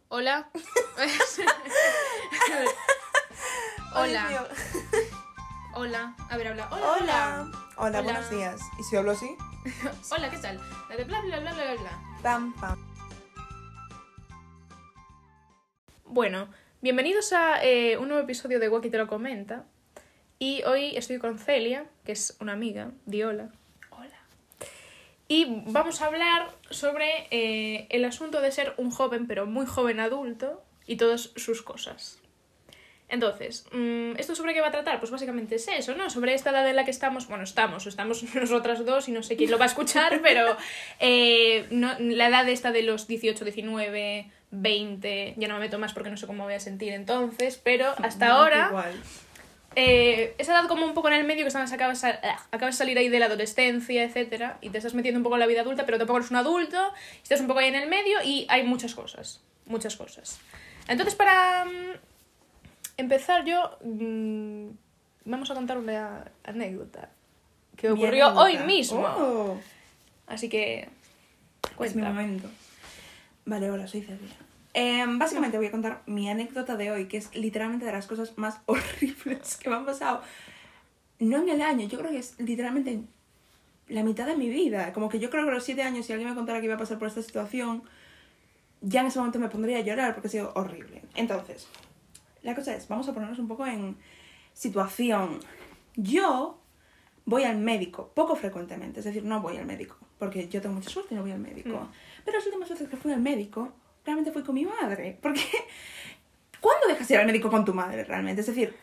Hola. Hola. Hola. A ver, habla. Hola. Hola. Hola, buenos días. ¿Y si hablo así? Hola, ¿qué tal? La de bla bla bla bla bla. Pam, pam. Bueno, bienvenidos a un nuevo episodio de Waki te lo comenta. Y hoy estoy con Celia, que es una amiga. Di hola. Hola. Y vamos a hablar sobre el asunto de ser un joven, pero muy joven adulto, y todas sus cosas. Entonces, ¿esto sobre qué va a tratar? Pues básicamente es eso, ¿no? Sobre esta edad en la que estamos, bueno, estamos nosotras dos y no sé quién lo va a escuchar, pero la edad esta de los 18, 19, 20, ya no me meto más porque no sé cómo voy a sentir entonces, pero hasta ahora, Igual. esa edad como un poco en el medio que acabas de salir ahí de la adolescencia, etcétera, y te estás metiendo un poco en la vida adulta, pero tampoco eres un adulto, estás un poco ahí en el medio y hay muchas cosas. Entonces, para empezar yo, vamos a contar una anécdota que ocurrió hoy mismo. Oh, Así que, es mi cuenta. momento. Vale, hola, soy Celia. Básicamente voy a contar mi anécdota de hoy, que es literalmente de las cosas más horribles que me han pasado. No en el año, yo creo que es literalmente en la mitad de mi vida. Como que yo creo que a los 7 años, si alguien me contara que iba a pasar por esta situación, ya en ese momento me pondría a llorar porque ha sido horrible. Entonces, la cosa es, vamos a ponernos un poco en situación. Yo voy al médico poco frecuentemente, es decir, no voy al médico, porque yo tengo mucha suerte y no voy al médico. Pero las últimas veces que fui al médico, realmente fui con mi madre, porque ¿cuándo dejas ir al médico con tu madre realmente? Es decir,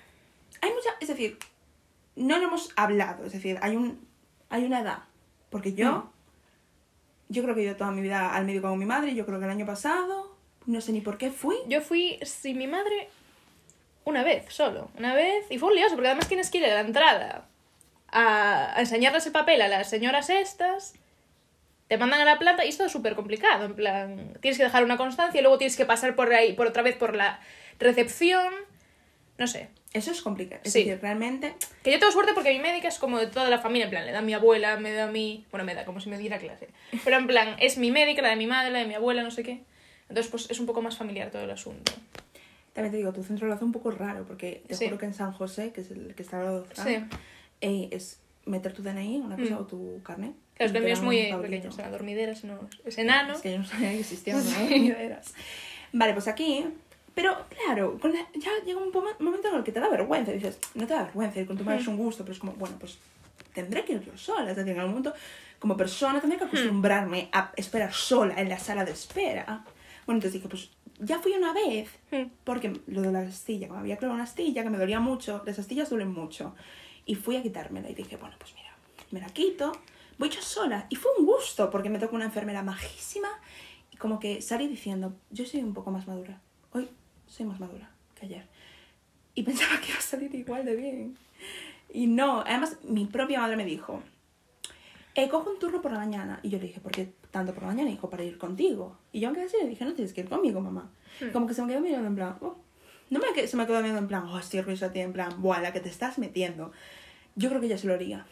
no lo hemos hablado, es decir, hay una edad, porque yo creo que he ido toda mi vida al médico con mi madre, yo creo que el año pasado, no sé ni por qué fui. Yo fui sin mi madre una vez, y fue un lioso, porque además tienes que ir a la entrada a enseñarles el papel a las señoras estas, te mandan a la planta y esto es súper complicado, en plan, tienes que dejar una constancia y luego tienes que pasar por ahí, por otra vez por la recepción, no sé. Eso es complicado, es Sí. decir, realmente... Que yo tengo suerte porque mi médica es como de toda la familia, en plan, le da a mi abuela, me da a mí... Bueno, me da como si me diera clase. Pero en plan, es mi médica, la de mi madre, la de mi abuela, no sé qué. Entonces, pues es un poco más familiar todo el asunto. También te digo, tu centro lo hace un poco raro, porque te Sí. juro que en San José, que es el que está al lado de Fran, Sí. es meter tu DNI, una cosa, o tu carnet. Claro, es que el mío es muy pequeño, pequeño, o sea, la dormidera es enano. Es que yo no sabía que existían Sí. las dormideras. Vale, pues aquí... Pero, claro, ya llega un momento en el que te da vergüenza. Dices, no te da vergüenza ir con tu madre, es un gusto, pero es como, bueno, pues tendré que ir yo sola. Es decir, en algún momento, como persona, tendré que acostumbrarme a esperar sola en la sala de espera. Bueno, entonces dije, pues ya fui una vez, porque lo de la astilla, como había clavado una astilla que me dolía mucho, las astillas duelen mucho, y fui a quitármela y dije, bueno, pues mira, me la quito, voy yo sola. Y fue un gusto, porque me tocó una enfermera majísima, y como que salí diciendo, yo soy un poco más madura. Hoy soy más madura que ayer. Y pensaba que iba a salir igual de bien. Y no, además mi propia madre me dijo, cojo un turno por la mañana. Y yo le dije, ¿por qué tanto por la mañana? Y dijo, para ir contigo. Y yo me quedé así y le dije, no tienes que ir conmigo, mamá. Como que se me quedó mirando en plan, se me quedó mirando en plan, estoy orgullosa de ti, en plan, buah, la que te estás metiendo. Yo creo que ella se lo haría.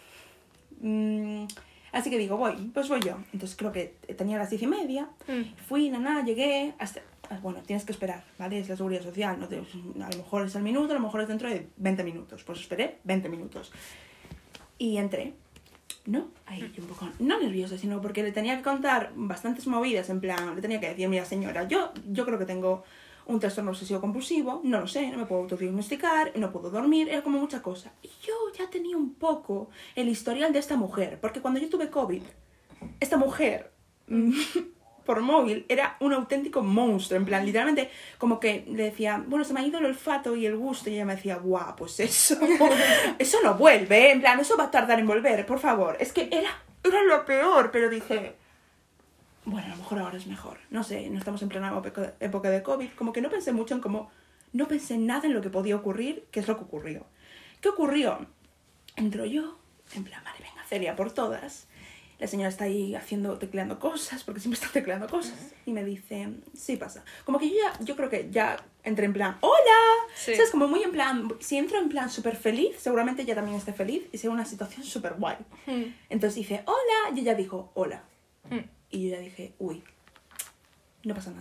Así que digo, pues voy yo. Entonces creo que tenía las 10:30. Fui, llegué hasta... Bueno, tienes que esperar, ¿vale? Es la seguridad social. No a lo mejor es al minuto, a lo mejor es dentro de 20 minutos. Pues esperé 20 minutos. Y entré. ¿No? Ahí yo un poco, no nerviosa, sino porque le tenía que contar bastantes movidas, en plan, le tenía que decir, mira señora, yo creo que tengo un trastorno obsesivo compulsivo, no lo sé, no me puedo autodiagnosticar, no puedo dormir, era como mucha cosa. Y yo ya tenía un poco el historial de esta mujer, porque cuando yo tuve COVID, esta mujer, por móvil, era un auténtico monstruo, en plan, literalmente, como que le decía, bueno, se me ha ido el olfato y el gusto, y ella me decía, guau, pues eso no vuelve, en plan, eso va a tardar en volver, por favor. Es que era lo peor, pero dije, bueno, a lo mejor ahora es mejor. No sé, no estamos en plena época de COVID, como que no pensé mucho en cómo, no pensé nada en lo que podía ocurrir, que es lo que ocurrió. ¿Qué ocurrió? Entro yo, en plan, vale, venga, Celia, por todas. La señora está ahí tecleando cosas, porque siempre está tecleando cosas, y me dice, sí pasa. Como que yo creo que ya entré en plan, ¡hola! Sí. ¿Sabes? Como muy en plan, si entro en plan súper feliz, seguramente ella también esté feliz, y sea una situación súper guay. Entonces dice, hola, y ella dijo, hola. Y yo ya dije, uy, no pasa nada.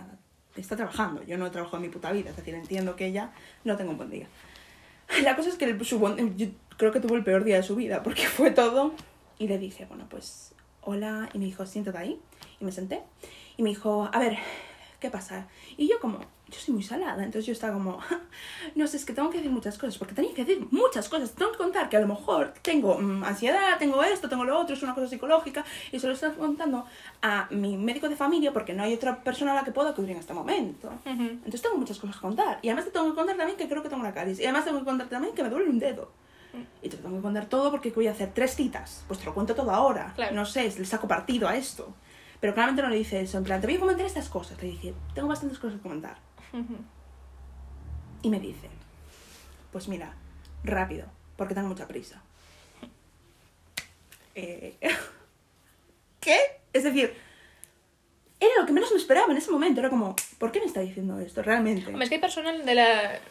está trabajando. Yo no he trabajado en mi puta vida. Es decir, entiendo que ella no tenga un buen día. La cosa es que yo creo que tuvo el peor día de su vida, porque fue todo. Y le dije, bueno, pues, hola. Y me dijo, siéntate ahí. Y me senté. Y me dijo, a ver, ¿qué pasa? Y yo yo soy muy salada. Entonces yo estaba como, no sé, es que tengo que decir muchas cosas. Porque tenía que decir muchas cosas. Tengo que contar que a lo mejor tengo ansiedad, tengo esto, tengo lo otro, es una cosa psicológica. Y se lo estoy contando a mi médico de familia porque no hay otra persona a la que pueda acudir en este momento. Entonces tengo muchas cosas que contar. Y además te tengo que contar también que creo que tengo una caries. Y además tengo que contar también que me duele un dedo. Y te lo tengo que contar todo porque voy a hacer 3 citas. Pues te lo cuento todo ahora. Claro. No sé, le saco partido a esto. Pero claramente no le dice eso. En plan, te voy a comentar estas cosas. Le dice, tengo bastantes cosas que comentar. Y me dice, pues mira, rápido, porque tengo mucha prisa. ¿Qué? Es decir, era lo que menos me esperaba en ese momento. Era como, ¿por qué me está diciendo esto realmente? Hombre, es que hay personal de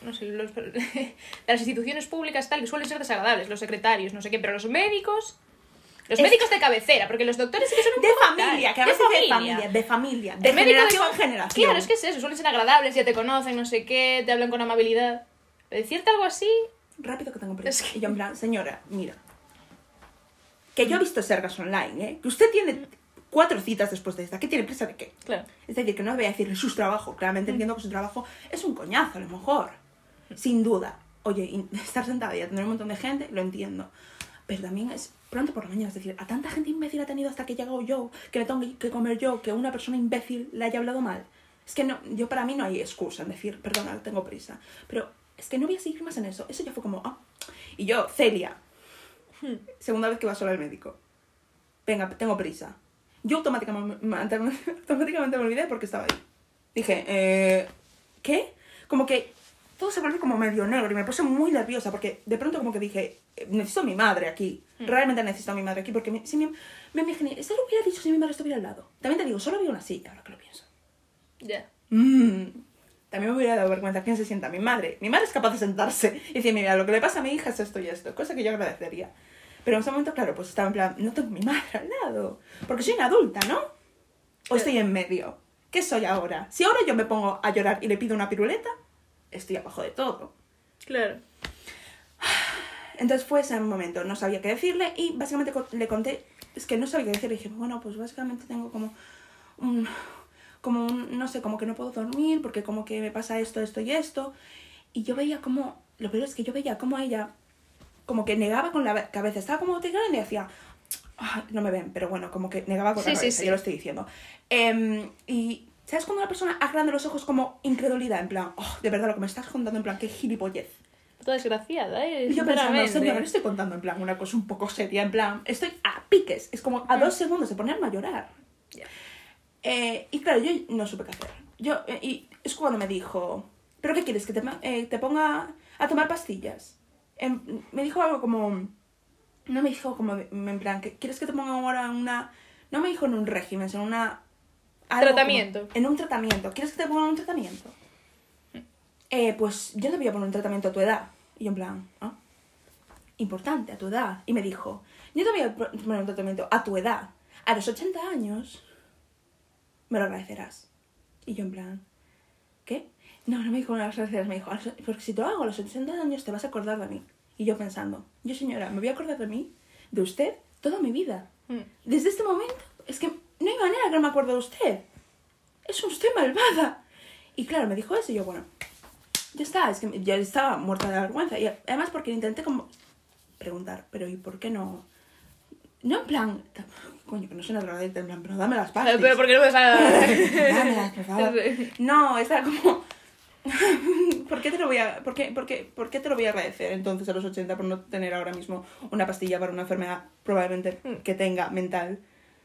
de las instituciones públicas tal que suelen ser desagradables, los secretarios, no sé qué, pero los médicos... Los médicos de cabecera, porque los doctores sí que son un de poco familia, tal, que además de familia, de El médico generación en generación. Claro, es que es eso, suelen ser agradables, ya te conocen, no sé qué, te hablan con amabilidad. Decirte algo así... Rápido que tengo prisa. Es que... Y yo en plan, señora, mira, que yo he visto Sergas online, ¿eh? Que usted tiene 4 citas después de esta. ¿Qué tiene prisa de qué? Claro. Es decir, que no voy a decirle su trabajo. Claramente entiendo que su trabajo es un coñazo, a lo mejor. Sin duda. Oye, estar sentada y atender un montón de gente, lo entiendo. Pero también es pronto por la mañana. Es decir, a tanta gente imbécil ha tenido hasta que he llegado yo, que le tengo que comer yo, que una persona imbécil le haya hablado mal. Es que no, para mí no hay excusa en decir, perdona, tengo prisa. Pero es que no voy a seguir más en eso. Eso ya fue como, Y yo, Celia, segunda vez que va sola al médico. Venga, tengo prisa. Yo automáticamente me olvidé porque estaba ahí. Dije, ¿qué? Como que todo se volvió como medio negro y me puse muy nerviosa porque de pronto como que dije, necesito a mi madre aquí. Realmente necesito a mi madre aquí porque si me imaginé, esto lo hubiera dicho si mi madre estuviera al lado. También te digo, solo había una silla, ahora que lo pienso. Ya. También me hubiera dado vergüenza quién se sienta mi madre. Mi madre es capaz de sentarse y decir, mira, lo que le pasa a mi hija es esto y esto, cosa que yo agradecería. Pero en ese momento, claro, pues estaba en plan, no tengo a mi madre al lado. Porque soy una adulta, ¿no? O estoy en medio. ¿Qué soy ahora? Si ahora yo me pongo a llorar y le pido una piruleta, estoy abajo de todo. Claro. Entonces fue ese momento, no sabía qué decirle y básicamente le conté, es que no sabía qué decirle. Y dije, bueno, pues básicamente tengo como un, no sé, como que no puedo dormir porque como que me pasa esto, esto y esto. Y yo veía como, lo peor es que yo veía como ella, como que negaba con la cabeza, estaba como te grande y decía, no me ven, pero bueno, como que negaba con la cabeza, yo lo estoy diciendo. Y ¿sabes cuando una persona agranda los ojos como incredulidad? En plan, de verdad lo que me estás contando, en plan, qué gilipollez. Toda desgraciada, Y yo pensando, señor, le estoy contando en plan una cosa un poco seria, en plan, estoy a piques, es como a 2 segundos de ponerme a llorar. Yeah. Y claro, yo no supe qué hacer. Y es cuando me dijo, ¿pero qué quieres? ¿Que te ponga a tomar pastillas? Me dijo algo como, no me dijo como, en plan, ¿quieres que te ponga ahora una, no me dijo en un régimen, sino tratamiento. En un tratamiento. ¿Quieres que te ponga un tratamiento? Pues yo te voy a poner un tratamiento a tu edad. Y yo en plan, importante, a tu edad. Y me dijo, yo te voy a poner un tratamiento a tu edad. A los 80 años me lo agradecerás. Y yo en plan, ¿qué? No me dijo unas gracias, me dijo, porque si te lo hago a los 80 años te vas a acordar de mí. Y yo pensando, yo señora, me voy a acordar de mí, de usted, toda mi vida. Desde este momento, es que no hay manera que no me acuerde de usted. Es usted malvada. Y claro, me dijo eso y yo, bueno, ya está, es que ya estaba muerta de vergüenza. Y además porque intenté como preguntar, pero ¿y por qué no? No en plan, coño, que no soy una drogadicta, en plan, pero dame las pastillas. Pero ¿por qué no me sabes? Dámelas, por favor. No, estaba como, ¿por qué te lo voy a agradecer entonces a los 80 por no tener ahora mismo una pastilla para una enfermedad probablemente que tenga mental?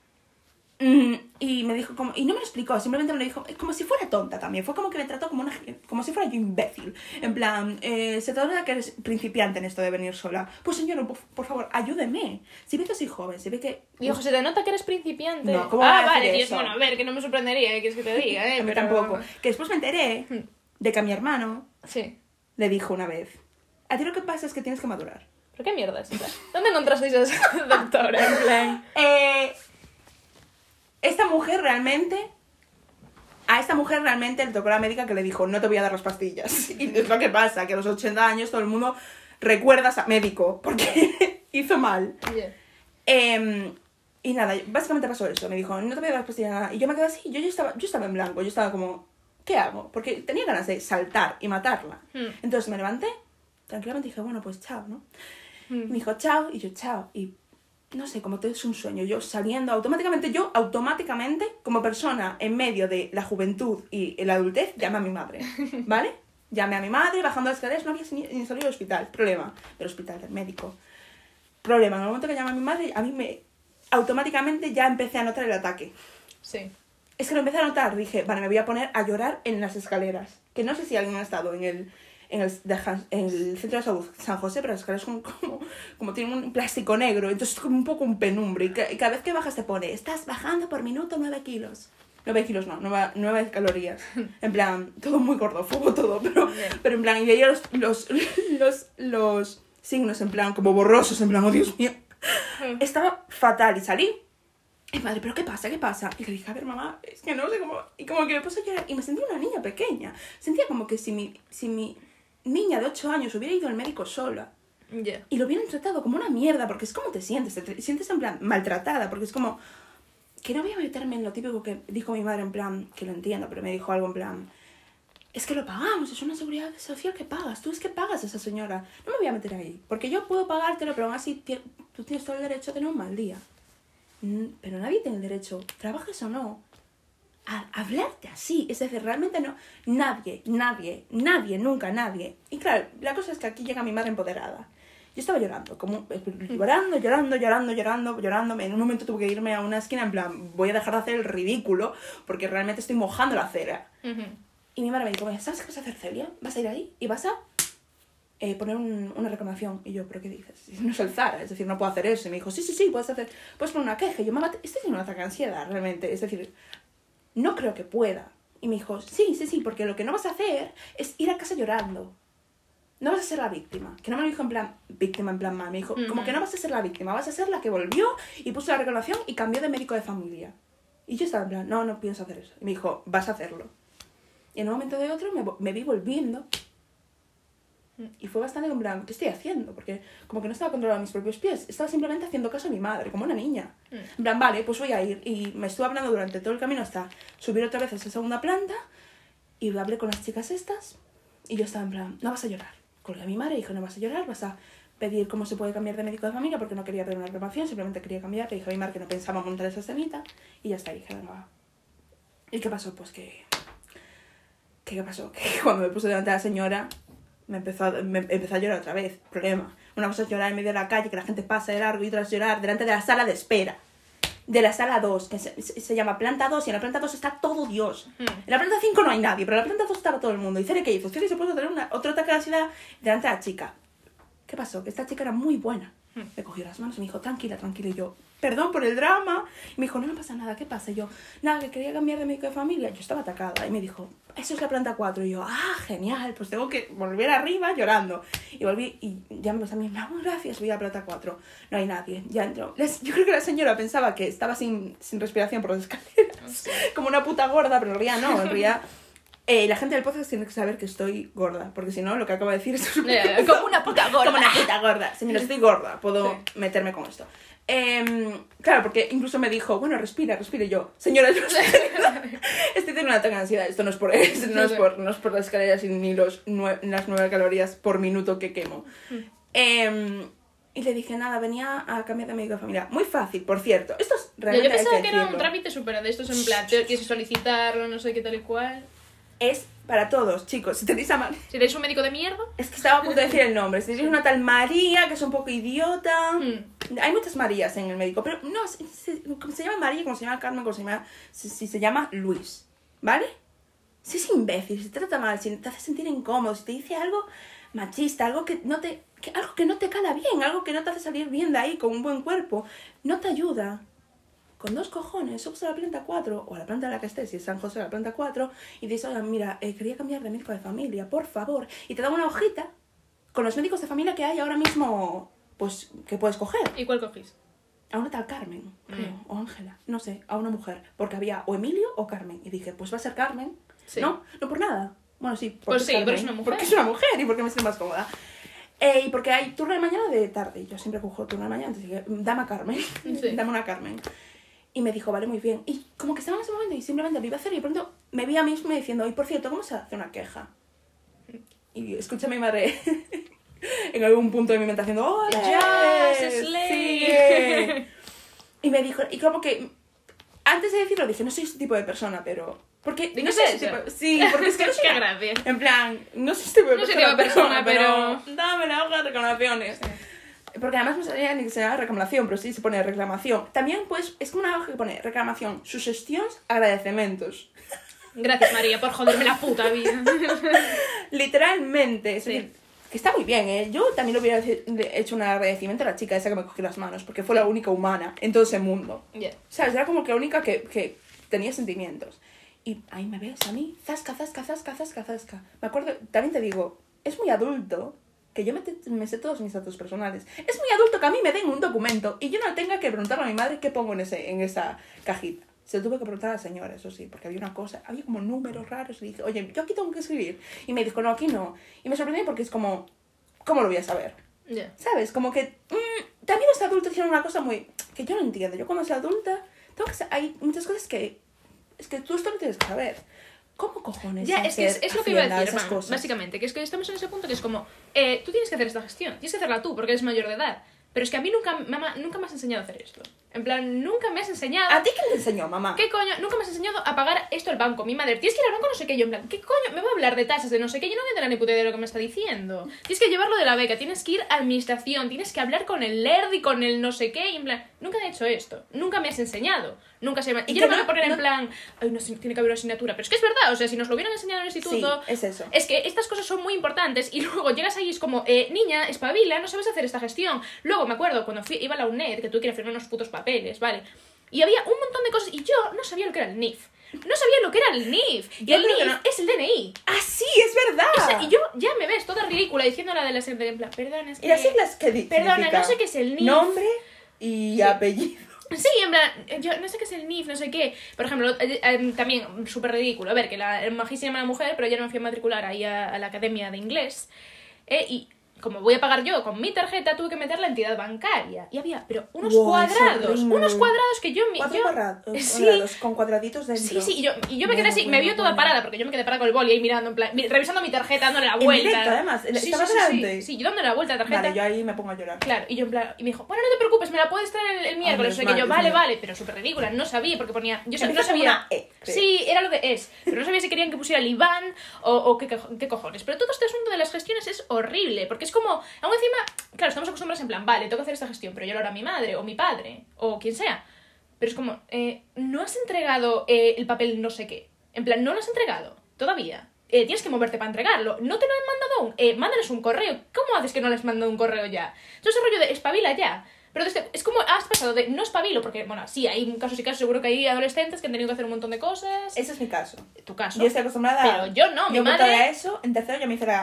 Y me dijo como, y no me lo explicó, simplemente me lo dijo como si fuera tonta también, fue como que me trató como si fuera yo imbécil, en plan, se trata de que eres principiante en esto de venir sola, pues señor, por favor, ayúdeme, si ve que soy joven, si ve que... Y ojo, se te nota que eres principiante. No, ¿cómo va a vale, decir Dios, eso? bueno, a ver, que no me sorprendería, ¿qué quieres que te diga? A mí Pero... tampoco, que después me enteré de que a mi hermano Sí. le dijo una vez, a ti lo que pasa es que tienes que madurar. ¿Pero qué mierda es esta? ¿Dónde encontrasteis a esa doctora? En plan... Esta mujer realmente A esta mujer realmente le tocó la médica que le dijo, no te voy a dar las pastillas. Y es lo que pasa, que a los 80 años todo el mundo recuerda a médico, porque hizo mal. Y nada, básicamente pasó eso. Me dijo, no te voy a dar las pastillas, nada. Y yo me quedé así, yo estaba en blanco, yo estaba como, ¿qué hago? Porque tenía ganas de saltar y matarla. Entonces me levanté, tranquilamente dije, bueno, pues chao, ¿no? Me dijo, chao, y yo, chao. Y no sé, como todo es un sueño. Yo saliendo automáticamente, como persona en medio de la juventud y la adultez, llamé a mi madre, ¿vale? Llamé a mi madre, bajando las escaleras, no había ni salido del hospital. Problema, del hospital, del médico. Problema, en el momento que llamé a mi madre, a mí automáticamente ya empecé a notar el ataque. Sí. Es que lo empecé a notar, dije, vale, me voy a poner a llorar en las escaleras. Que no sé si alguien ha estado en el centro de salud San José, pero las escaleras son como tienen un plástico negro, entonces es como un poco un penumbre. Y cada vez que bajas te pone, estás bajando por minuto 9 kilos. 9 kilos no, 9 calorías. En plan, todo muy gordofobo todo, pero en plan, y veía los signos en plan, como borrosos, en plan, oh Dios mío. Estaba fatal y salí. Y madre, ¿pero qué pasa? ¿Qué pasa? Y le dije, a ver, mamá, es que no sé cómo... Y como que me puse a llorar y me sentí una niña pequeña. Sentía como que si mi niña de 8 años hubiera ido al médico sola y lo hubieran tratado como una mierda, porque es como te sientes en plan maltratada, porque es como que no voy a meterme en lo típico que dijo mi madre, en plan, que lo entiendo, pero me dijo algo en plan, es que lo pagamos, es una seguridad social que pagas, tú es que pagas a esa señora, no me voy a meter ahí, porque yo puedo pagártelo, pero aún así tú tienes todo el derecho a tener un mal día. Pero nadie tiene el derecho, trabajes o no, a hablarte así. Es decir, realmente no, nadie, nunca nadie. Y claro, la cosa es que aquí llega mi madre empoderada. Yo estaba llorando, llorando. En un momento tuve que irme a una esquina en plan, voy a dejar de hacer el ridículo porque realmente estoy mojando la cera. Y mi madre me dijo, ¿sabes qué vas a hacer, Celia? Vas a ir ahí y vas a poner una reclamación. Y yo, ¿pero qué dices? No es el Zara, es decir, no puedo hacer eso. Y me dijo, sí, puedes poner una queja. Y yo, mamá, estoy teniendo un ataque de ansiedad, realmente. Es decir, no creo que pueda. Y me dijo, sí, porque lo que no vas a hacer es ir a casa llorando. No vas a ser la víctima. Que no me lo dijo en plan víctima, en plan mal. Me dijo, como que no vas a ser la víctima, vas a ser la que volvió y puso la reclamación y cambió de médico de familia. Y yo estaba en plan, no pienso hacer eso. Y me dijo, vas a hacerlo. Y en un momento de otro me vi volviendo. Y fue bastante en plan, ¿qué estoy haciendo? Porque como que no estaba controlando mis propios pies. Estaba simplemente haciendo caso a mi madre, como una niña. En plan, vale, pues voy a ir. Y me estuve hablando durante todo el camino hasta subir otra vez a esa segunda planta. Y hablé con las chicas estas. Y yo estaba en plan, no vas a llorar. Colgué a mi madre y dijo, no vas a llorar, vas a pedir cómo se puede cambiar de médico de familia, porque no quería pedir una reclamación, simplemente quería cambiar. Le dije a mi madre que no pensaba montar esa escenita. Y ya está, y dije, venga, va. ¿Y qué pasó? Pues que... ¿Qué pasó? Que cuando me puse delante de la señora... Me empezó a llorar otra vez. Problema. Una cosa es llorar en medio de la calle, que la gente pasa de largo, y otra es llorar delante de la sala de espera. De la sala 2, que se llama planta 2, y en la planta 2 está todo Dios. En la planta 5 no hay nadie, pero en la planta 2 estaba todo el mundo. Y Celia, ¿qué hizo? Celia se puso a tener otro ataque de ansiedad delante de la chica. ¿Qué pasó? Que esta chica era muy buena. Me cogió las manos y me dijo, tranquila. Y yo, perdón por el drama. Y me dijo, no pasa nada, ¿qué pasa? Y yo, nada, que quería cambiar de médico de familia. Yo estaba atacada. Y me dijo, eso es la planta 4. Y yo, genial, pues tengo que volver arriba llorando. Y volví y ya me pasé a mí, no, gracias, voy a la planta 4. No hay nadie, ya entró. Yo creo que la señora pensaba que estaba sin respiración por las escaleras. Como una puta gorda, pero en realidad no, en realidad... la gente del podcast tiene que saber que estoy gorda, porque si no, lo que acabo de decir es como una puta gorda. Como una puta gorda. Señora, estoy gorda, puedo meterme con esto. Claro, porque incluso me dijo, bueno, respira. Y yo, señora, yo estoy teniendo un ataque de ansiedad. Esto no es por las escaleras ni las 9 calorías por minuto que quemo. Y le dije, nada, venía a cambiar de médico de familia. Muy fácil, por cierto. Esto es realmente yo pensaba que era un trámite súper de estos, en plan, tienes que solicitarlo, no sé qué tal y cual. Es para todos, chicos. Si tenéis si tenéis un médico de mierda. Es que estaba a punto de decir el nombre. Si tenéis una tal María, que es un poco idiota. Hay muchas Marías en el médico, pero no, como se llama María, como se llama Carmen, como se llama... Si se llama Luis, ¿vale? Si es imbécil, si te trata mal, si te hace sentir incómodo, si te dice algo machista, algo que no te cala bien, algo que no te hace salir bien de ahí con un buen cuerpo, no te ayuda. Con 2 cojones, subes a la planta 4, o a la planta en la que estés, si es San José, a la planta 4, y dices, oiga, mira, quería cambiar de médico de familia, por favor. Y te da una hojita con los médicos de familia que hay ahora mismo, pues, que puedes coger. ¿Y cuál cogís? a una tal Carmen, creo, o Ángela, no sé, a una mujer, porque había o Emilio o Carmen, y dije, pues va a ser Carmen, Sí. ¿no? No por nada. Bueno, sí, porque Pues es sí, Carmen, pero es una mujer. porque es una mujer y porque me siento más cómoda. Y porque hay turno de mañana o de tarde, yo siempre cojo turno de mañana, entonces dije, dame a Carmen, Sí. dame una Carmen. Y me dijo, vale, muy bien. Y como que estaba en ese momento y simplemente lo iba a hacer y de pronto me vi a mí misma diciendo, y por cierto, ¿cómo se hace una queja? Y escuché a mi madre en algún punto de mi mente haciendo, ¡hola! Yes, slay. ¡Sigue! Y me dijo, y como que antes de decirlo dije, no soy ese tipo de persona, pero... Porque no ¿Dices soy ese eso? tipo... Sí, porque es que no soy... Qué gracia. En plan, no soy ese tipo de No soy persona, tipo de persona, pero... Dame la hoja de reclamaciones. Porque además no sabía ni que se llama reclamación, pero sí se pone reclamación. También, pues, es como una hoja que pone reclamación, sugestións, agradecementos. Gracias, María, por joderme la puta vida. Literalmente. Es Sí. decir, que está muy bien, ¿eh? Yo también lo hubiera hecho un agradecimiento a la chica esa que me cogió las manos, porque fue la única humana en todo ese mundo. Yeah. ¿Sabes? Era como que la única que tenía sentimientos. Y ahí me ves a mí, zasca, zasca, zasca, zasca, zasca. Me acuerdo, también te digo, es muy adulto que yo me sé todos mis datos personales. Es muy adulto que a mí me den un documento y yo no tenga que preguntarle a mi madre qué pongo en esa cajita. Se lo tuve que preguntar a la señora, eso sí, porque había una cosa, había como números raros y dije, oye, yo aquí tengo que escribir. Y me dijo, no, aquí no. Y me sorprendí porque es como, ¿cómo lo voy a saber? Yeah. ¿Sabes? Como que también los adultos hicieron una cosa muy... que yo no entiendo. Yo cuando soy adulta, hay muchas cosas que... es que tú esto lo tienes que saber. ¿Cómo cojones? Ya, es que es lo que iba a Hacienda, decir, esas cosas? básicamente, que es que estamos en ese punto que es como, tú tienes que hacer esta gestión, tienes que hacerla tú, porque eres mayor de edad. Pero es que a mí mamá, nunca me has enseñado a hacer esto. En plan, nunca me has enseñado... ¿A ti quién te enseñó, mamá? ¿Qué coño? Nunca me has enseñado a pagar esto al banco. Mi madre, tienes que ir al banco no sé qué. Yo en plan, ¿qué coño? Me va a hablar de tasas de no sé qué. Yo no voy a tener ni puta idea de lo que me está diciendo. Tienes que llevarlo de la beca, tienes que ir a administración, tienes que hablar con el LERD y con el no sé qué. Y en plan, nunca he hecho esto. Nunca me has enseñado. Nunca se me... Y yo no me voy a poner en plan, ay, no sé, tiene que haber una asignatura. Pero es que es verdad, o sea, si nos lo hubieran enseñado en el instituto... Sí, es eso. Es que estas cosas son muy importantes y luego llegas ahí y es como, niña, espabila, no sabes hacer esta gestión. Luego me acuerdo cuando iba a la UNED que tuve que ir a firmar unos putos papeles, ¿vale? Y había un montón de cosas y yo no sabía lo que era el NIF. No sabía lo que era el NIF. Y Yo el creo NIF que no. es el DNI. ¡Ah, sí! ¡Es verdad! Y yo ya me ves toda ridícula diciendo la de la secretaria en plan, perdona, es que... ¿Y las siglas qué Perdona, significa? no sé qué es el NIF. Nombre y apellido. Sí, en plan, yo no sé qué es el NIF, no sé qué. Por ejemplo, también súper ridículo. A ver, que la majísima la mujer, pero ya no me fui a matricular ahí a la academia de inglés. Y como voy a pagar yo con mi tarjeta, tuve que meter la entidad bancaria. Y había, pero unos Wow, cuadrados, es unos cuadrados que yo... Cuatro cuadrados, Sí. cuadrados, con cuadraditos dentro. Sí, sí, y yo me quedé así, me vio toda parada, porque yo me quedé parada con el boli ahí mirando, en plan, revisando mi tarjeta, dándole la En vuelta. directo, además, Sí, estaba sí, delante. Sí, yo dándole la vuelta a la tarjeta. Vale, yo ahí me pongo a llorar. Claro, y yo en plan, y me dijo, bueno, no te preocupes, me la puedes traer el miércoles. menos O sea, que yo, mal, vale, Dios mío. vale, pero súper ridícula, no sabía, porque ponía, yo no Empieza con sabía. una E, creo. Sí, era lo de es, pero no sabía si querían que pusiera el IBAN o qué cojones. Pero todo este asunto de las gestiones es horrible, porque es como, aún encima, claro, estamos acostumbrados en plan, vale, tengo que hacer esta gestión, pero yo lo hará mi madre, o mi padre, o quien sea. Pero es como, no has entregado el papel no sé qué. En plan, no lo has entregado, todavía. Tienes que moverte para entregarlo. No te lo han mandado aún. Mándales un correo. ¿Cómo haces que no les mando un correo ya? Entonces ese rollo de espabila ya. Pero es como has pasado de no espabilo, porque, bueno, sí, hay casos y casos, seguro que hay adolescentes que han tenido que hacer un montón de cosas. Ese es mi caso. Tu caso. Yo estoy acostumbrada Pero yo no, mi yo madre... a eso, en tercero yo me hice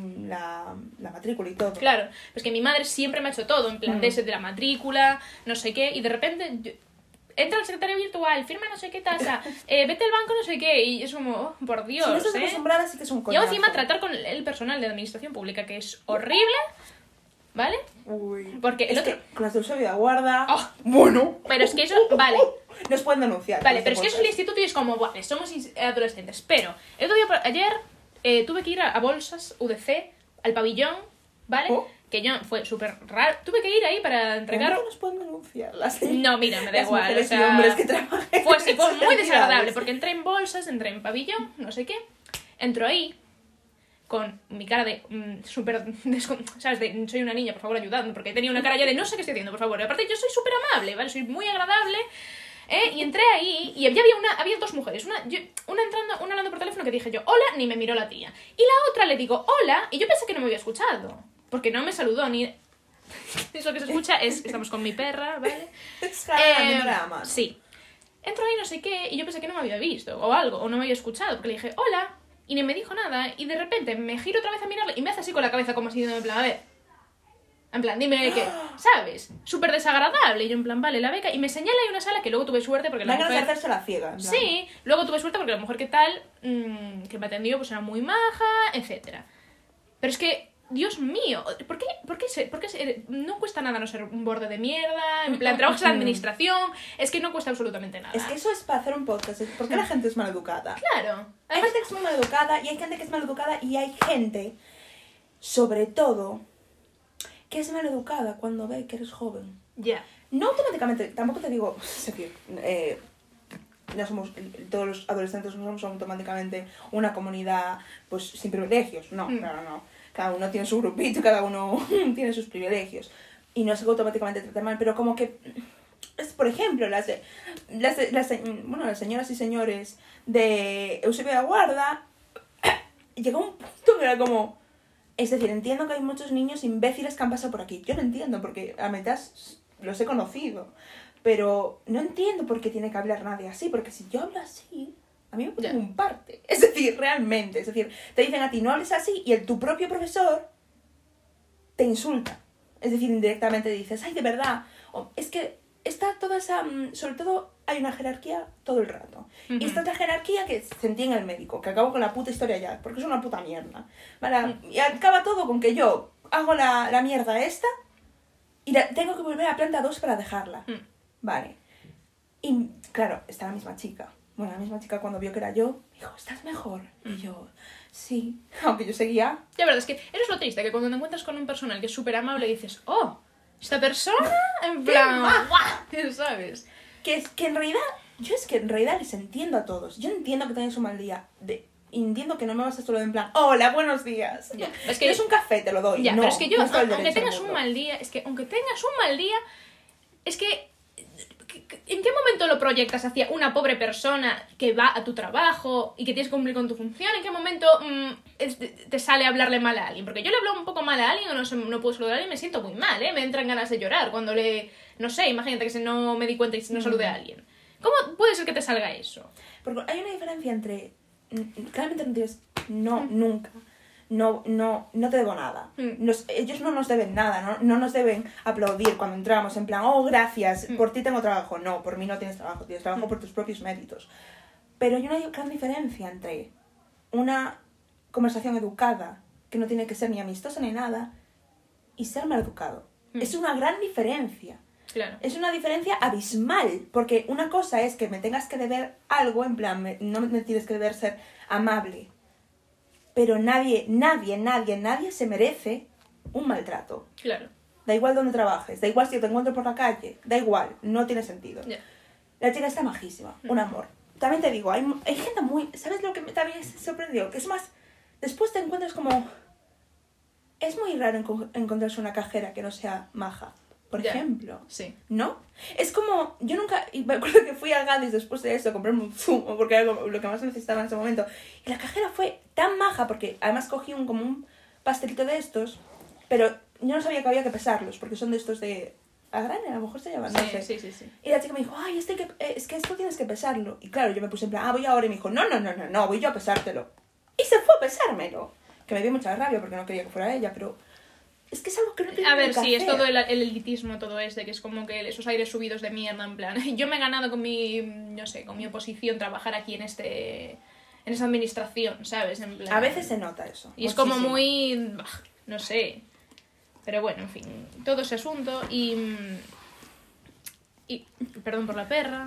la matrícula y todo. Claro, pues que mi madre siempre me ha hecho todo, en plan, de la matrícula, no sé qué, y de repente... Entra al secretario virtual, firma no sé qué tasa, vete al banco no sé qué, y es como, oh, por Dios, Si no estás acostumbrada, sí que es un Y coñazo. encima tratar con el personal de administración pública, que es horrible, ¿vale? Uy. Porque el Es otro... que con las de uso de vida guarda... Oh. Bueno. Pero es que eso, vale, Nos pueden denunciar. vale, con pero es que este eso es el podcast. instituto y es como, vale, somos adolescentes, pero el otro día, ayer, tuve que ir a Bolsas, UDC, al pabellón, ¿vale? Oh. Que yo, fue súper raro, tuve que ir ahí para entregar... ¿Cómo nos pueden denunciar? No, mira, me da las igual, mujeres o sea, y hombres que trabajan en Pues sí, fue esas muy desagradable, entidades. porque entré en bolsas, entré en pabellón, no sé qué, entro ahí, con mi cara de súper... ¿Sabes? De soy una niña, por favor, ayudadme, porque tenía una cara ya de no sé qué estoy haciendo, por favor. Y aparte, yo soy súper amable, ¿vale? Soy muy agradable. Y entré ahí y ya había dos mujeres. Una entrando, una hablando por teléfono que dije yo, hola, ni me miró la tía. Y la otra le digo, hola, y yo pensé que no me había escuchado, porque no me saludó ni... Eso que se escucha es, estamos con mi perra, ¿vale? Es claramente nada más. Sí. Entro ahí no sé qué y yo pensé que no me había visto o algo, o no me había escuchado, porque le dije, hola, y ni me dijo nada, y de repente me giro otra vez a mirarle y me hace así con la cabeza como así, en plan, En plan, dime qué, ¿sabes? Súper desagradable. Y yo en plan, vale, la beca. Y me señala ahí una sala que luego tuve suerte porque la mujer... mujer... de hacerse la ciega. En plan. Sí, luego tuve suerte porque la mujer que tal, que me atendió, pues era muy maja, etcétera. Pero es que, Dios mío, ¿por qué no cuesta nada no ser un borde de mierda? En plan, trabajas en la administración, es que no cuesta absolutamente nada. Es que eso es para hacer un podcast. ¿Por qué la gente es maleducada? Claro. Hay gente que es muy maleducada y hay gente que es maleducada y hay gente, sobre todo, que es maleducada cuando ve que eres joven. Ya. No automáticamente, tampoco te digo, es decir, no somos, todos los adolescentes no somos automáticamente una comunidad pues sin privilegios, no, claro, no. Cada uno tiene su grupito, cada uno tiene sus privilegios. Y no es que automáticamente trate mal, pero como que, es, por ejemplo, las señoras y señores de Eusebio de Guarda, llegó un punto que era como... Es decir, entiendo que hay muchos niños imbéciles que han pasado por aquí. Yo no entiendo, porque a mitad los he conocido. Pero no entiendo por qué tiene que hablar nadie así, porque si yo hablo así, a mí me ponen un parte. Es decir, realmente. Es decir, te dicen a ti, no hables así, y tu propio profesor te insulta. Es decir, indirectamente dices, ay, de verdad. Es que está toda esa... Sobre todo, hay una jerarquía todo el rato. Uh-huh. Y esta es la jerarquía que sentí en el médico, que acabo con la puta historia ya, porque es una puta mierda. ¿Vale? Y acaba todo con que yo hago la mierda esta y tengo que volver a planta 2 para dejarla. Vale. Y, claro, está la misma chica. Bueno, la misma chica cuando vio que era yo, dijo, ¿estás mejor? Y yo, sí. Aunque yo seguía... La verdad es que eso es lo triste, que cuando te encuentras con un personal que es súper amable dices, oh, esta persona, en plan, ¡guau! ¿Sabes? Que en realidad les entiendo a todos. Yo entiendo que tengáis un mal día. Entiendo que no me vas a solo en plan, hola, buenos días. Ya. Es que es un café, te lo doy. Ya, no, pero es que yo, no aunque tengas un mal día, es que ¿en qué momento lo proyectas hacia una pobre persona que va a tu trabajo y que tienes que cumplir con tu función? ¿En qué momento te sale hablarle mal a alguien? Porque yo le hablo un poco mal a alguien o no puedo saludar a alguien y me siento muy mal, ¿eh? Me entran ganas de llorar cuando no sé, imagínate que si no me di cuenta y no saludé a alguien. ¿Cómo puede ser que te salga eso? Porque hay una diferencia entre... Claramente no tienes... No, nunca. No te debo nada. Ellos no nos deben nada, no nos deben aplaudir cuando entramos en plan, oh, gracias, por ti tengo trabajo. No, por mí no tienes trabajo por tus propios méritos. Pero hay una gran diferencia entre una conversación educada, que no tiene que ser ni amistosa ni nada, y ser mal educado. Es una gran diferencia. Claro. Es una diferencia abismal, porque una cosa es que me tengas que deber algo, en plan, no me tienes que deber ser amable. Pero nadie se merece un maltrato. Claro. Da igual donde trabajes, da igual si te encuentro por la calle, da igual, no tiene sentido. Yeah. La chica está majísima, un amor. También te digo, hay gente muy... ¿Sabes lo que también me sorprendió? Que es más, después te encuentras como... Es muy raro encontrarse una cajera que no sea maja, por ejemplo. Sí. ¿No? Es como... Yo nunca... Y me acuerdo que fui a Gadis después de eso a comprarme un zumo, porque era lo que más necesitaba en ese momento. Y la cajera fue tan maja, porque además cogí como un pastelito de estos, pero yo no sabía que había que pesarlos, porque son de estos de... A granel, a lo mejor se llaman, no sé. Sí. Y la chica me dijo, ay, es que esto tienes que pesarlo. Y claro, yo me puse en plan, voy ahora. Y me dijo, no, voy yo a pesártelo. Y se fue a pesármelo. Que me dio mucha rabia porque no quería que fuera ella, pero... Es que es algo que no tiene A ver, que sí, hacer. es todo el elitismo, todo que es como que esos aires subidos de mierda, en plan... Yo me he ganado con mi oposición trabajar aquí en esa administración, ¿sabes? En plan... A veces se nota eso. Y es como muy... no sé... Pero bueno, en fin, todo ese asunto y perdón por la perra.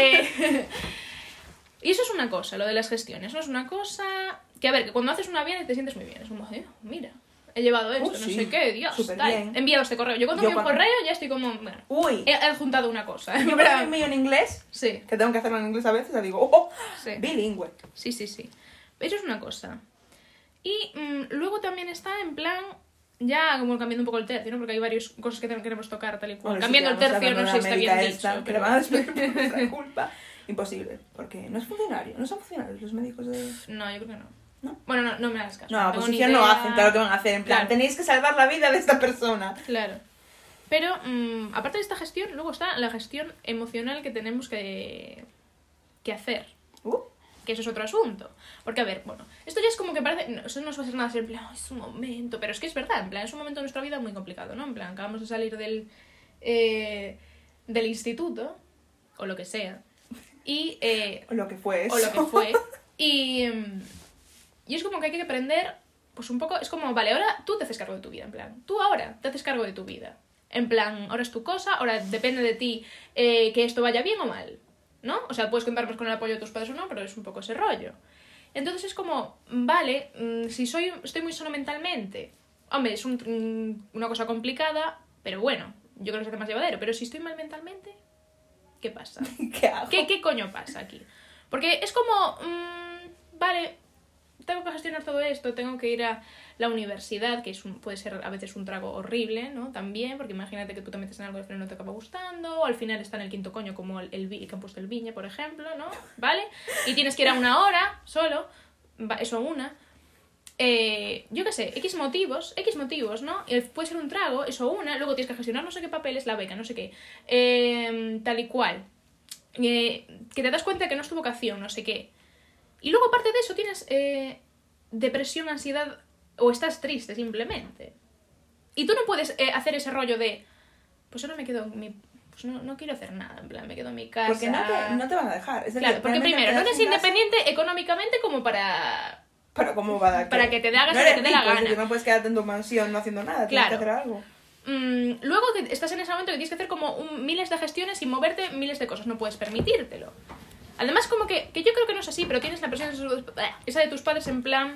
Y eso es una cosa, lo de las gestiones, ¿no? Es una cosa que, a ver, que cuando haces una bien te sientes muy bien. Es como, mira, he llevado esto, no sé qué, Dios, tal. He enviado este correo. Yo cuando envío un correo ya estoy como, bueno, he adjuntado una cosa. Yo cuando envío en inglés, sí, que tengo que hacerlo en inglés a veces, le digo, sí, bilingüe. Sí. Eso es una cosa. Y luego también está en plan... Ya como cambiando un poco el tercio, ¿no? Porque hay varias cosas que queremos tocar tal y cual. Bueno, cambiando el tercio no sé si está bien dicho. Pero van a despedir por nuestra culpa. Imposible, porque no es funcionario. No son funcionarios los médicos de... No, yo creo que no. ¿No? Bueno, no me hagas caso. No, oposición no hacen, claro que van a hacer. En plan, claro, tenéis que salvar la vida de esta persona. Claro. Pero, aparte de esta gestión, luego está la gestión emocional que tenemos que hacer. que eso es otro asunto. Porque, a ver, bueno, esto ya es como que parece... No, eso no va a ser nada así, en plan, "Oh, es un momento", pero es que es verdad, en plan, es un momento de nuestra vida muy complicado, ¿no? En plan, acabamos de salir del instituto, o lo que sea, y... O lo que fue eso. O lo que fue, y es como que hay que aprender, pues un poco, es como, vale, ahora tú te haces cargo de tu vida, en plan, tú ahora te haces cargo de tu vida. En plan, ahora es tu cosa, ahora depende de ti que esto vaya bien o mal, ¿no? O sea, puedes contar pues, con el apoyo de tus padres o no, pero es un poco ese rollo. Entonces es como, vale, si estoy muy solo mentalmente, hombre, es una cosa complicada, pero bueno, yo creo que se hace más llevadero. Pero si estoy mal mentalmente, ¿qué pasa? ¿Qué hago? ¿Qué coño pasa aquí? Porque es como, vale, tengo que gestionar todo esto, tengo que ir a la universidad, que puede ser a veces un trago horrible, ¿no? También, porque imagínate que tú te metes en algo y al final no te acaba gustando, o al final está en el quinto coño, como el campus del Viña, por ejemplo, ¿no? ¿Vale? Y tienes que ir a 1 hora solo, eso una. Yo qué sé, X motivos, ¿no? Puede ser un trago, eso una, luego tienes que gestionar no sé qué papeles, la beca, no sé qué, tal y cual. Que te das cuenta que no es tu vocación, no sé qué. Y luego, aparte de eso, tienes depresión, ansiedad, o estás triste, simplemente. Y tú no puedes hacer ese rollo de, pues ahora me quedo en mi... Pues no quiero hacer nada, en plan, me quedo en mi casa. Porque no te van a dejar. Es decir, claro, porque primero, no eres independiente económicamente como Pero ¿cómo va a dar? para que te hagas no lo que te dé la gana. No puedes quedarte en tu mansión no haciendo nada, tienes que hacer algo. Luego que estás en ese momento que tienes que hacer como miles de gestiones y moverte miles de cosas, no puedes permitírtelo. Además, como que yo creo que no es así, pero tienes la presión esa de tus padres en plan...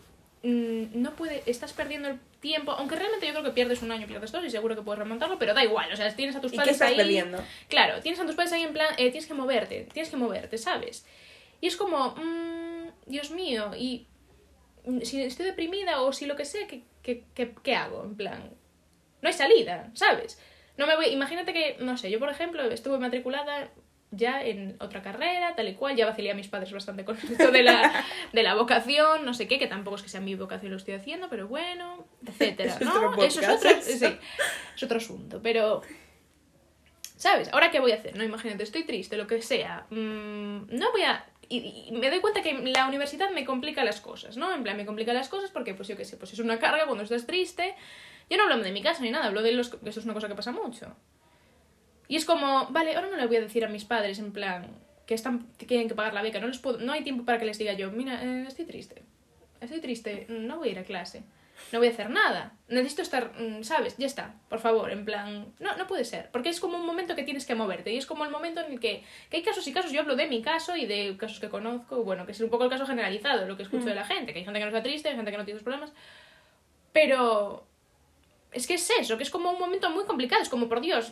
estás perdiendo el tiempo, aunque realmente yo creo que pierdes 1 año, pierdes 2 y seguro que puedes remontarlo, pero da igual, o sea, tienes a tus padres ahí... ¿Y qué estás perdiendo? Claro, tienes a tus padres ahí en plan, tienes que moverte, ¿sabes? Y es como, Dios mío, y si estoy deprimida o si lo que sea, ¿qué hago? En plan, no hay salida, ¿sabes? No me voy, imagínate que, no sé, yo por ejemplo estuve matriculada ya en otra carrera, tal y cual, ya vacilé a mis padres bastante con esto de la vocación, no sé qué, que tampoco es que sea mi vocación lo estoy haciendo, pero bueno, etcétera, ¿no? Eso es otro asunto, pero... ¿Sabes? ¿Ahora qué voy a hacer? No, imagínate, estoy triste, lo que sea, no voy a... Y me doy cuenta que la universidad me complica las cosas, ¿no? En plan, me complica las cosas porque, pues yo qué sé, pues es una carga cuando estás triste. Yo no hablo de mi casa ni nada, hablo de eso es una cosa que pasa mucho. Y es como, vale, ahora no le voy a decir a mis padres, en plan, que tienen que pagar la beca, no hay tiempo para que les diga yo, mira, estoy triste, no voy a ir a clase, no voy a hacer nada, necesito estar, ¿sabes? Ya está, por favor, en plan, no puede ser, porque es como un momento que tienes que moverte, y es como el momento en el que hay casos y casos, yo hablo de mi caso y de casos que conozco, bueno, que es un poco el caso generalizado, lo que escucho de la gente, que hay gente que no está triste, hay gente que no tiene sus problemas, pero es que es eso, que es como un momento muy complicado, es como, por Dios...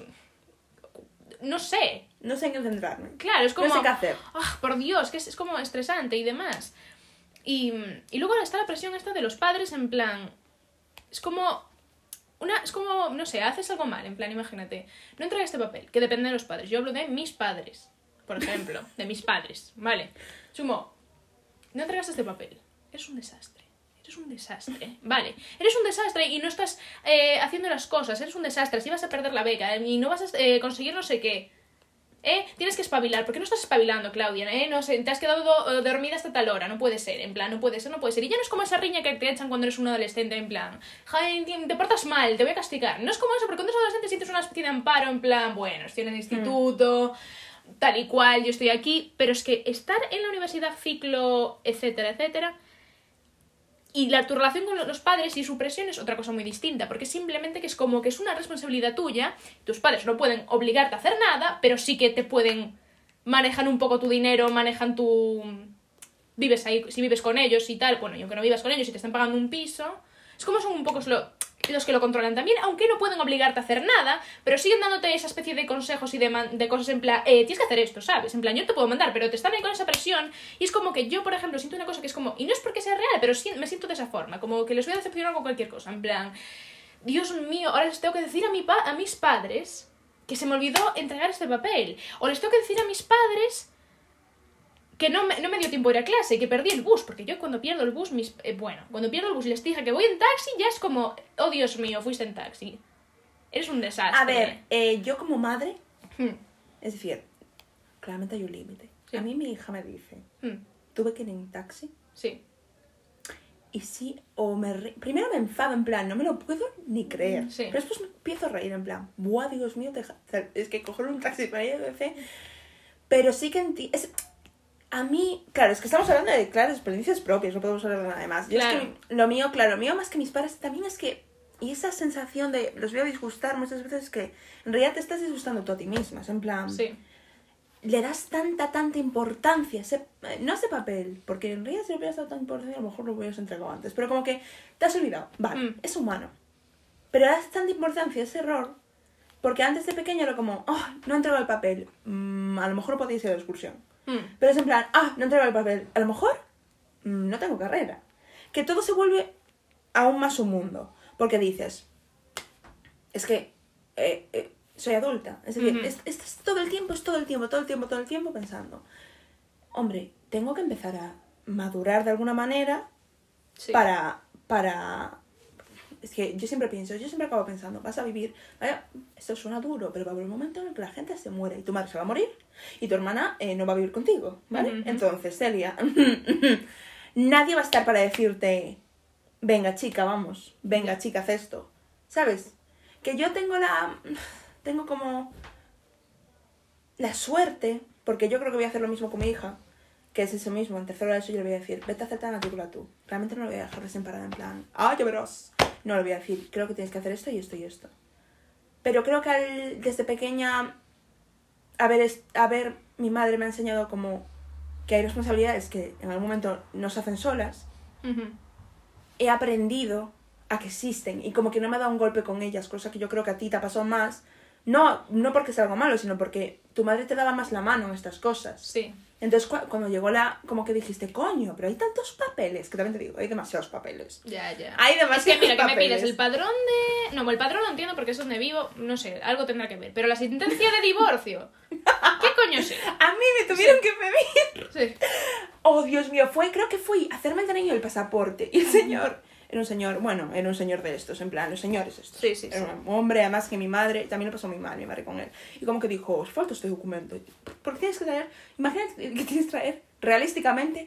No sé. No sé en qué centrarme. Claro, es como... No sé qué hacer. Por Dios, que es como estresante y demás. Y luego está la presión esta de los padres, en plan... Es como, no sé, haces algo mal, en plan, imagínate. No entrega este papel, que depende de los padres. Yo hablo de mis padres, por ejemplo. De mis padres, ¿vale? Es como, no entregas este papel. Eres un desastre. Vale, eres un desastre y no estás haciendo las cosas, eres un desastre, si vas a perder la beca y no vas a conseguir no sé qué. Tienes que espabilar, ¿por qué no estás espabilando, Claudia? No sé, te has quedado dormida hasta tal hora, no puede ser, en plan, no puede ser. Y ya no es como esa riña que te echan cuando eres un adolescente, en plan, te portas mal, te voy a castigar. No es como eso, porque cuando eres adolescente sientes una especie de amparo, en plan, bueno, estoy en el instituto, tal y cual, yo estoy aquí, pero es que estar en la universidad, ciclo, etcétera, etcétera... Y tu relación con los padres y su presión es otra cosa muy distinta, porque simplemente que es como que es una responsabilidad tuya, tus padres no pueden obligarte a hacer nada, pero sí que te pueden manejar un poco tu dinero, manejan tu... Vives ahí, si vives con ellos y tal, bueno, y aunque no vivas con ellos y te están pagando un piso, es como son un poco los que lo controlan también, aunque no pueden obligarte a hacer nada, pero siguen dándote esa especie de consejos y de cosas en plan, tienes que hacer esto, ¿sabes? En plan, yo te puedo mandar, pero te están ahí con esa presión, y es como que yo, por ejemplo, siento una cosa que es como, y no es porque sea real, pero sí, me siento de esa forma, como que les voy a decepcionar con cualquier cosa, en plan, Dios mío, ahora les tengo que decir a mis padres que se me olvidó entregar este papel, o les tengo que decir a mis padres que no me dio tiempo de ir a clase, que perdí el bus, porque yo cuando pierdo el bus, cuando pierdo el bus y les dije que voy en taxi, ya es como, oh Dios mío, fuiste en taxi. Eres un desastre. A ver, yo como madre, es decir, claramente hay un límite. Sí. A mí mi hija me dice, tuve que ir en taxi. Sí. Y sí, primero me enfado en plan, no me lo puedo ni creer. Sí. Pero después me empiezo a reír en plan, ¡buah, Dios mío! Es que coger un taxi para ir a BBC. Pero sí que a mí, claro, es que estamos hablando de, claro, experiencias propias, no podemos hablar de nada más. Yo Claro. es que lo mío más que mis padres también es que, y esa sensación de los voy a disgustar muchas veces, que en realidad te estás disgustando tú a ti misma, es en plan... Sí. Le das tanta importancia, no a ese papel, porque en realidad si le hubieras dado tanta importancia a lo mejor lo hubieras entregado antes, pero como que te has olvidado, vale, es humano, pero das tanta importancia a ese error, porque antes de pequeña era como, no he entregado el papel, a lo mejor podéis ir a la excursión, pero es en plan, no he entregado el papel, a lo mejor no tengo carrera, que todo se vuelve aún más un mundo, porque dices, es que... soy adulta, es decir, estás todo el tiempo pensando, hombre, tengo que empezar a madurar de alguna manera para... Es que yo siempre acabo pensando, vas a vivir, esto suena duro, pero va a haber un momento en el que la gente se muere y tu madre se va a morir y tu hermana no va a vivir contigo, ¿vale? Entonces, Celia, nadie va a estar para decirte, venga chica, vamos, venga chica, haz esto, ¿sabes? Que yo tengo como la suerte, porque yo creo que voy a hacer lo mismo con mi hija, que es eso mismo, en tercero de eso yo le voy a decir, vete a hacerte la matrícula tú. Realmente no lo voy a dejar recién parada en plan, ya verás. No, le voy a decir, creo que tienes que hacer esto y esto y esto. Pero creo que desde pequeña, mi madre me ha enseñado como que hay responsabilidades que en algún momento no se hacen solas. He aprendido a que existen y como que no me ha dado un golpe con ellas, cosa que yo creo que a ti te ha pasado más. No porque sea algo malo, sino porque tu madre te daba más la mano en estas cosas. Sí. Entonces, cuando llegó como que dijiste, coño, pero hay tantos papeles, que también te digo, hay demasiados papeles. Ya. Hay demasiados es que mira, que me papeles. pides el padrón de... No, el padrón lo entiendo porque es donde vivo, no sé, algo tendrá que ver. Pero la sentencia de divorcio, ¿qué coño sé? A mí me tuvieron que pedir. Sí. Oh, Dios mío, creo que fui a hacerme el DNI el pasaporte. Y el señor... Era un señor de estos, en plan, los señores estos. Sí. Era un hombre, además que mi madre, también lo pasó mi madre con él. Y como que dijo, os falta este documento. Porque tienes que traer, imagínate que tienes que traer realísticamente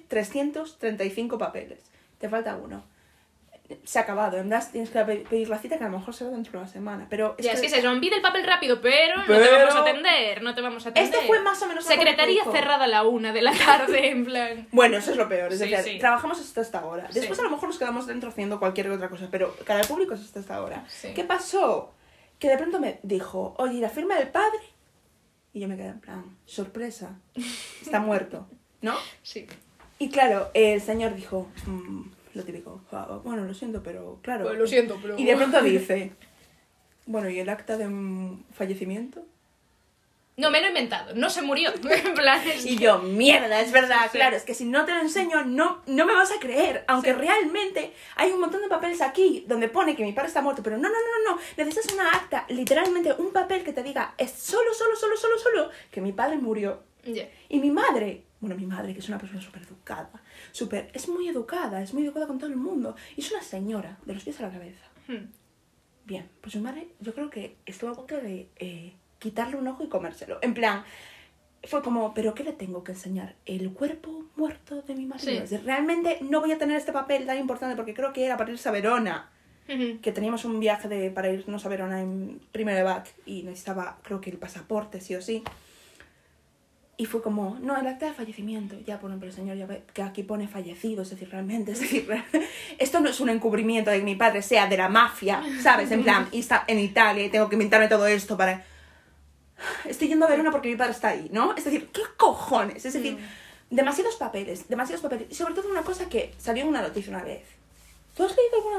335 papeles. Te falta uno. Se ha acabado, en das tienes que pedir la cita que a lo mejor será dentro de una semana. Pero Es que se pide el papel rápido, pero no te vamos a atender, Este fue más o menos... Secretaría cerrada a la 1 de la tarde, en plan... Bueno, eso es lo peor, es decir, Sí. trabajamos hasta esta hora. Después a lo mejor nos quedamos dentro haciendo cualquier otra cosa, pero cara al público es hasta esta hora. Sí. ¿Qué pasó? Que de pronto me dijo, oye, ¿la firma del padre? Y yo me quedé en plan, sorpresa, está muerto, ¿no? Sí. Y claro, el señor dijo, lo típico, bueno, lo siento, pero claro. Pues lo siento, pero... Y de pronto dice, bueno, ¿y el acta de fallecimiento? No, me lo he inventado, no se murió. En plan, Y yo, mierda, es verdad, Sí. claro, es que si no te lo enseño, no me vas a creer. Aunque realmente hay un montón de papeles aquí donde pone que mi padre está muerto, pero no. Necesitas una acta, literalmente un papel que te diga, es solo, que mi padre murió. Yeah. Y mi madre, que es una persona súper educada, es muy educada con todo el mundo. Y es una señora, de los pies a la cabeza. Bien, pues mi madre, yo creo que estuvo a punto de quitarle un ojo y comérselo. En plan, fue como, ¿pero qué le tengo que enseñar? ¿El cuerpo muerto de mi marido? Sí. Es decir, realmente no voy a tener este papel tan importante porque creo que era para irse a Verona. Que teníamos un viaje para irnos a Verona en primero de back y necesitaba, creo que el pasaporte, sí o sí. Y fue como, no, el acta de fallecimiento. Ya, bueno, pero señor, ya ve que aquí pone fallecido, es decir, esto no es un encubrimiento de que mi padre sea de la mafia, ¿sabes? En plan, y está en Italia y tengo que inventarme todo esto para... Estoy yendo a Verona porque mi padre está ahí, ¿no? Es decir, ¿qué cojones? Es decir, demasiados papeles. Y sobre todo una cosa que salió en una noticia una vez. ¿Tú has leído alguna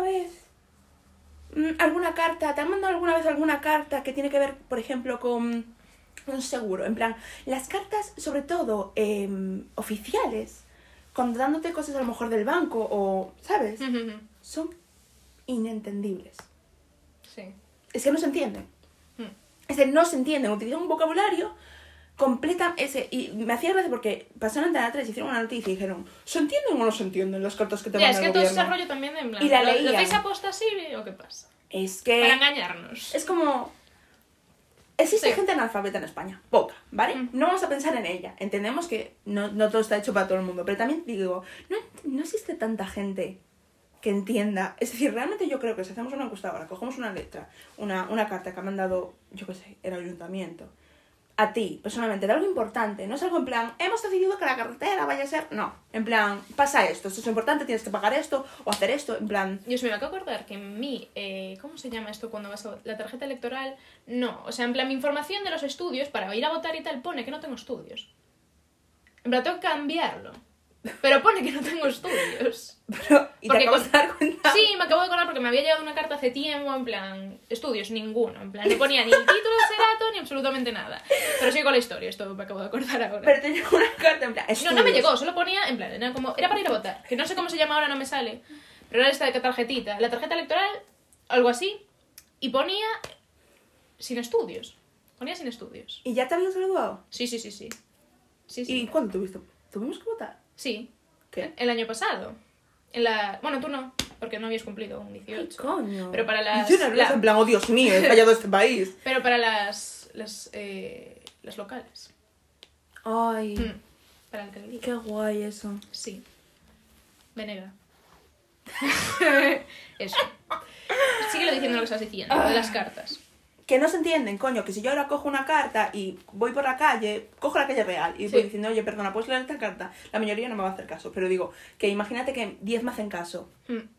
vez alguna carta? ¿Te han mandado alguna vez alguna carta que tiene que ver, por ejemplo, con un seguro? En plan, las cartas, sobre todo oficiales, contándote cosas a lo mejor del banco o, ¿sabes? Son inentendibles. Sí. Es que no se entienden. Es decir, no se entienden. Utilizan un vocabulario completa y me hacía gracia porque pasó en Antena 3, hicieron una noticia y dijeron, ¿se entienden o no se entienden las cartas que te mandan Es que el todo gobierno? ese rollo también de en plan... Y la ¿Lo leían. hacéis aposta así o qué pasa? Es que... Para engañarnos. Es como... Existe Sí. gente analfabeta en España, poca, ¿vale? No vamos a pensar en ella. Entendemos que no todo está hecho para todo el mundo, pero también digo, no existe tanta gente que entienda. Es decir, realmente yo creo que si hacemos una encuesta ahora, cogemos una letra, una carta que ha mandado, yo qué sé, el ayuntamiento, a ti, personalmente, de algo importante, no es algo en plan, hemos decidido que la carretera vaya a ser, no, en plan, pasa esto es importante, tienes que pagar esto, o hacer esto, en plan... Dios mío, me acabo de acordar que en mi, ¿cómo se llama esto cuando vas a la tarjeta electoral? No, o sea, en plan, mi información de los estudios para ir a votar y tal pone que no tengo estudios. En plan, tengo que cambiarlo. Pero pone que no tengo estudios. Pero, ¿y Porque te acabas de dar cuenta? Sí, me acabo de acordar porque me había llegado una carta hace tiempo, en plan, estudios, ninguno. En plan, no ponía ni el título de Serato ni absolutamente nada. Pero sigo con la historia, esto me acabo de acordar ahora. Pero te llegó una carta en plan, No, estudios. no me llegó, solo ponía, en plan, era para ir a votar. Que no sé cómo se llama ahora, no me sale. Pero era esta de tarjetita. La tarjeta electoral, algo así. Y ponía sin estudios. Ponía sin estudios. ¿Y ya te habías graduado? Sí, sí, sí, sí. Sí, ¿Y sí. cuándo tuviste? ¿Tuvimos que votar? Sí. ¿Qué? El año pasado. Bueno, tú no, porque no habías cumplido un 18. ¿Qué coño? Pero para las... Yo nerviosa, en plan, oh Dios mío, he fallado este país. Pero para las locales. Ay, Para el alcaldía. qué guay eso. Sí. Venega. Eso. Síguelo diciendo lo que estás diciendo, lo de las cartas. Que no se entienden, coño, que si yo ahora cojo una carta y voy por la calle, cojo la calle real y voy Sí. diciendo, oye, perdona, ¿puedes leer esta carta? La mayoría no me va a hacer caso, pero digo, que imagínate que 10 me hacen caso.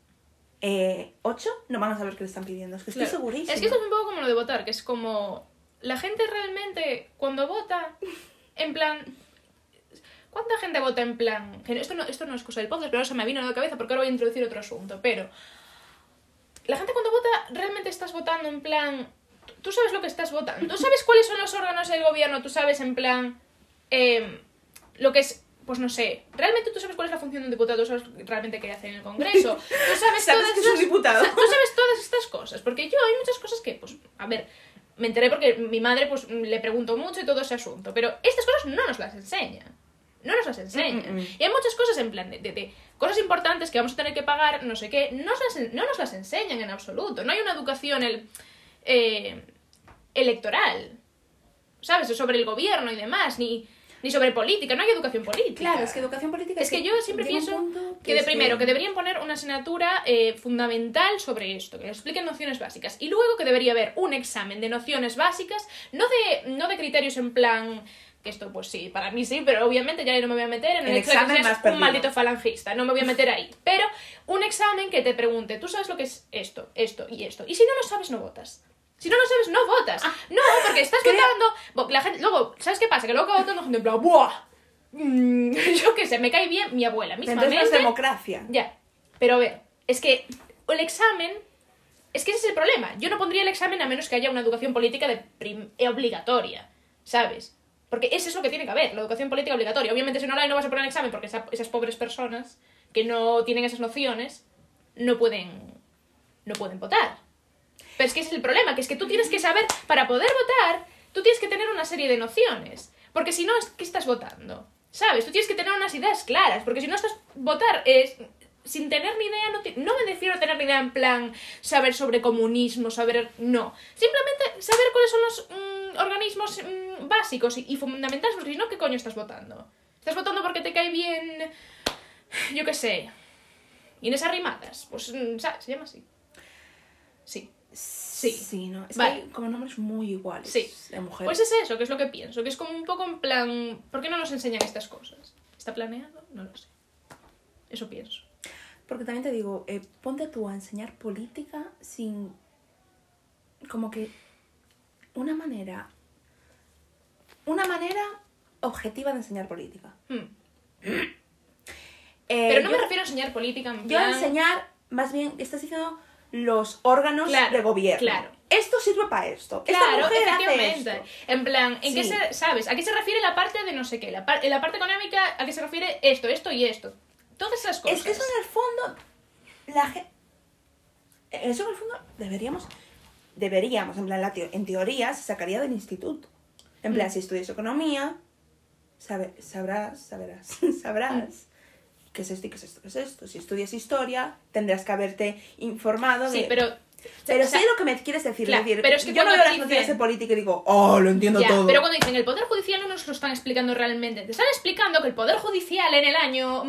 8 no van a saber qué le están pidiendo, es que estoy Claro. segurísima. Es que esto es un poco como lo de votar, que es como... La gente realmente, cuando vota, en plan... ¿Cuánta gente vota en plan...? Que esto no es cosa del podcast, pero ahora se me vino a la cabeza porque ahora voy a introducir otro asunto, pero... La gente cuando vota, realmente estás votando en plan... Tú sabes lo que estás votando, tú sabes cuáles son los órganos del gobierno, tú sabes en plan... lo que es... Pues no sé, realmente tú sabes cuál es la función de un diputado, tú sabes realmente qué hace en el Congreso, tú sabes ¿Sabes todas que es un esas- diputado? Tú sabes todas estas cosas, porque yo hay muchas cosas que, pues, a ver, me enteré porque mi madre, pues, le preguntó mucho y todo ese asunto, pero estas cosas no nos las enseña. No nos las enseñan. Y hay muchas cosas en plan de cosas importantes que vamos a tener que pagar, no sé qué, no nos las enseñan en absoluto. No hay una educación electoral, ¿sabes? Sobre el gobierno y demás, ni sobre política, no hay educación política. Claro, es que educación política... Es que yo siempre llega un pienso punto que de es primero que deberían poner una asignatura fundamental sobre esto, que nos expliquen nociones básicas, y luego que debería haber un examen de nociones básicas, no de criterios en plan... Que esto, pues sí, para mí sí, pero obviamente ya no me voy a meter en el hecho de que examen seas más un perdido. maldito falangista, no me voy a meter ahí. Pero un examen que te pregunte, ¿tú sabes lo que es esto, esto y esto? Y si no lo sabes, no votas. Si no lo sabes, no votas. No, porque estás votando... La gente, luego, ¿sabes qué pasa? Que luego acaba votando gente en plan, ¡buah! Yo qué sé, me cae bien mi abuela Entonces no mismamente. es democracia. Ya, pero a ver, es que el examen... Es que ese es el problema. Yo no pondría el examen a menos que haya una educación política obligatoria, ¿sabes? Porque eso es lo que tiene que haber, la educación política obligatoria. Obviamente si no la hay no vas a poner el examen porque esas pobres personas que no tienen esas nociones no pueden votar. Pero es que ese es el problema, que es que tú tienes que saber, para poder votar, tú tienes que tener una serie de nociones. Porque si no, ¿qué estás votando? ¿Sabes? Tú tienes que tener unas ideas claras, porque si no estás votar sin tener ni idea, no me refiero a tener ni idea en plan saber sobre comunismo, no. Simplemente saber cuáles son los organismos básicos y fundamentales, porque si no, ¿qué coño estás votando? ¿Estás votando porque te cae bien, yo qué sé, Inés Arrimadas? Pues, ¿sabes? Se llama así. Sí. Sí. Sí, ¿no? Es Vale. que hay como nombres muy iguales Sí. de mujeres. Pues es eso, que es lo que pienso, que es como un poco en plan, ¿por qué no nos enseñan estas cosas? ¿Está planeado? No lo sé. Eso pienso. Porque también te digo, ponte tú a enseñar política sin... Como que... Una manera objetiva de enseñar política. Pero no yo, me refiero a enseñar política en yo a plan... enseñar, más bien, estás diciendo los órganos Claro, de gobierno. claro. Esto sirve para esto. Esta Claro, mujer hace efectivamente. esto. En plan, ¿en qué Sí. ¿sabes? ¿A qué se refiere la parte de no sé qué? En la parte económica, ¿a qué se refiere esto y esto? Todas esas cosas. Es que eso en el fondo... Eso en el fondo deberíamos, en plan, en teoría se sacaría del instituto. En plan, si estudias economía, sabrás qué es esto y qué es esto, qué es esto. Si estudias historia, tendrás que haberte informado de... Sí, pero Pero o sea, sí lo que me quieres decir. claro, Es decir, pero es que yo no cuando veo las dicen- noticias de política y digo, oh, lo entiendo ya, todo. pero cuando dicen el Poder Judicial no nos lo están explicando realmente. Te están explicando que el Poder Judicial en el año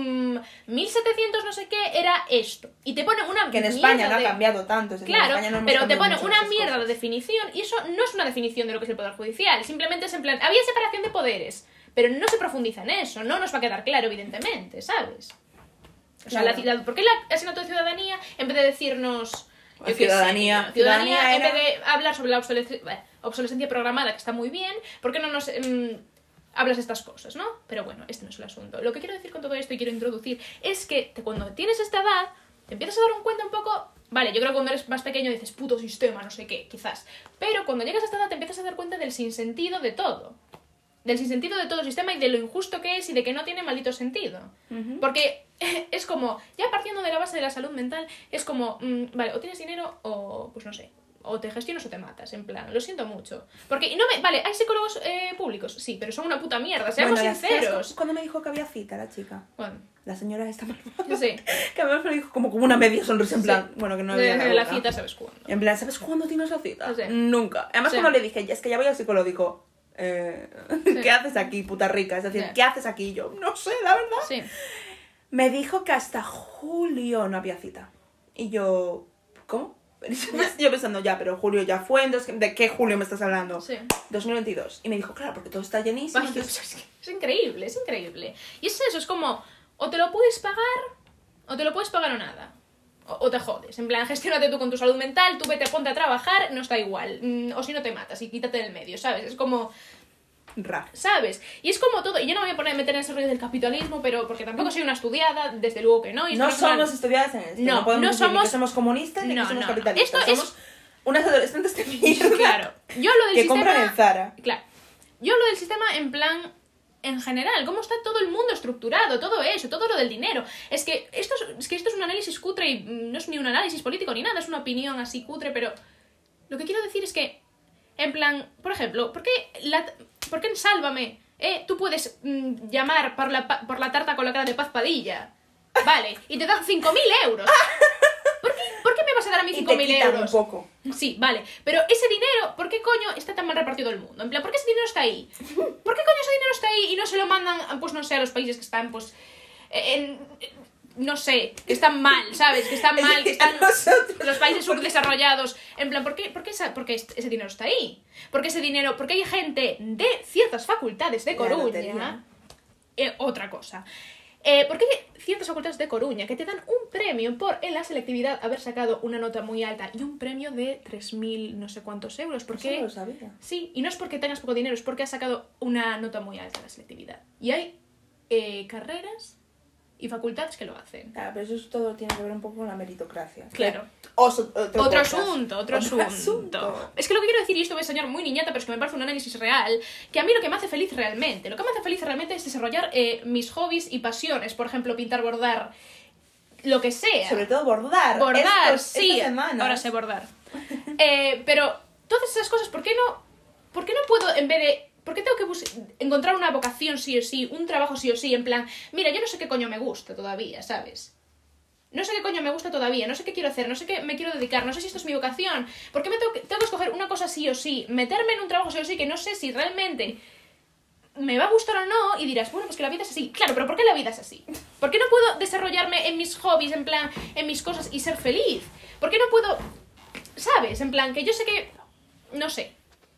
1700 no sé qué era esto. Y te pone una Que en mierda España no ha de... cambiado tanto. Es decir, Claro, en España no hemos pero te cambiado pone mucho una esas mierda de cosas. definición y eso no es una definición de lo que es el Poder Judicial. Simplemente es en plan, había separación de poderes, pero no se profundiza en eso. No nos va a quedar claro, evidentemente, ¿sabes? O sea, Claro. ¿por qué la asignatura de ciudadanía, en vez de decirnos... yo qué sé, Ciudadanía ciudadanía, en era- vez de hablar sobre la obsolescencia programada, que está muy bien, ¿por qué no nos hablas de estas cosas, no? Pero bueno, este no es el asunto. Lo que quiero decir con todo esto y quiero introducir es que cuando tienes esta edad, te empiezas a dar un cuenta un poco... Vale, yo creo que cuando eres más pequeño dices, puto sistema, no sé qué, quizás. Pero cuando llegas a esta edad te empiezas a dar cuenta del sinsentido de todo. Del sinsentido de todo el sistema y de lo injusto que es y de que no tiene maldito sentido. Porque es como, ya partiendo de la base de la salud mental, es como, vale, o tienes dinero o, pues no sé, o te gestionas o te matas, en plan, lo siento mucho. Porque, vale, hay psicólogos públicos, sí, pero son una puta mierda, seamos Bueno, sinceros. cuando me dijo que había cita la chica, Bueno, la señora esta yo sé, que además me dijo como una media sonrisa en plan, bueno, que no había de la la boca. cita sabes cuándo. En plan, ¿sabes cuándo tienes la cita? Sí. Nunca. Además, Sí. cuando le dije, es que ya voy al psicólogo, digo, Sí. ¿qué haces aquí, puta rica? Es decir, Sí. ¿qué haces aquí? Y yo, no sé, la verdad. Sí, Me dijo que hasta julio no había cita. Y yo, ¿cómo? Yo pensando, ya, pero julio ya fue, entonces, ¿de qué julio me estás hablando? sí. 2022. Y me dijo, claro, porque todo está llenísimo. Vaya, entonces- pues es increíble, es increíble. Y es eso, es como, o te lo puedes pagar, o te lo puedes pagar o nada. O te jodes. En plan, gestiónate tú con tu salud mental, tú vete, ponte a trabajar, no está igual. O si no te matas y quítate del medio, ¿sabes? Es como, ¿sabes? Y es como todo. Y yo no me voy a poner a meter en ese rollo del capitalismo, pero porque tampoco soy una estudiada, desde luego que no. Y esto No es una- somos estudiadas en esto. No, No podemos no decir ni somos- que somos comunistas ni No, que somos no. capitalistas. Esto es- Somos unas adolescentes de mierda Claro. Yo lo del que sistema... compran en Zara. Claro. Yo lo del sistema en plan... En general, cómo está todo el mundo estructurado, todo eso, todo lo del dinero. Es que esto es un análisis cutre y no es ni un análisis político ni nada, es una opinión así cutre, pero lo que quiero decir es que, en plan, por ejemplo, ¿por qué en Sálvame tú puedes llamar por la tarta con la cara de Paz Padilla? Vale, y te dan 5.000 euros. ¿Por qué me vas a dar a mí Y te 5.000 quitan un euros? poco. Sí, vale. Pero ese dinero, ¿por qué coño está tan mal repartido el mundo? En plan, ¿por qué ese dinero está ahí? ¿Por qué coño ese dinero está ahí y no se lo mandan, pues no sé, a los países que están, pues, no sé, que están mal, ¿sabes? Que están mal, que están Nosotros. los países subdesarrollados. En plan, ¿por qué ese dinero está ahí? Porque hay gente de ciertas facultades de La Coruña. lotería. Otra cosa. Porque hay ciertas facultades de Coruña que te dan un premio por en la selectividad haber sacado una nota muy alta y un premio de 3.000 no sé cuántos euros. ¿Por Eso qué? no lo sabía. Sí, y no es porque tengas poco dinero, es porque has sacado una nota muy alta en la selectividad. Y hay carreras y facultades que lo hacen. Claro, pero eso todo tiene que ver un poco con la meritocracia. Claro. Otro Otro podcast. asunto. Es que lo que quiero decir, y esto voy a soñar muy niñata, pero es que me parece un análisis real, que a mí lo que me hace feliz realmente, es desarrollar mis hobbies y pasiones. Por ejemplo, pintar, bordar, lo que sea. Sobre todo bordar. Bordar, sí. Estas semanas. Ahora sé bordar. Pero todas esas cosas, ¿por qué no puedo, en vez de... ¿Por qué tengo que encontrar una vocación sí o sí, un trabajo sí o sí, en plan, mira, yo no sé qué coño me gusta todavía, ¿sabes? No sé qué coño me gusta todavía, no sé qué quiero hacer, no sé qué me quiero dedicar, no sé si esto es mi vocación. ¿Por qué tengo que escoger una cosa sí o sí, meterme en un trabajo sí o sí que no sé si realmente me va a gustar o no? Y dirás, bueno, pues que la vida es así. Claro, pero ¿por qué la vida es así? ¿Por qué no puedo desarrollarme en mis hobbies, en plan, en mis cosas y ser feliz? ¿Por qué no puedo, sabes? En plan, que yo sé que, no sé,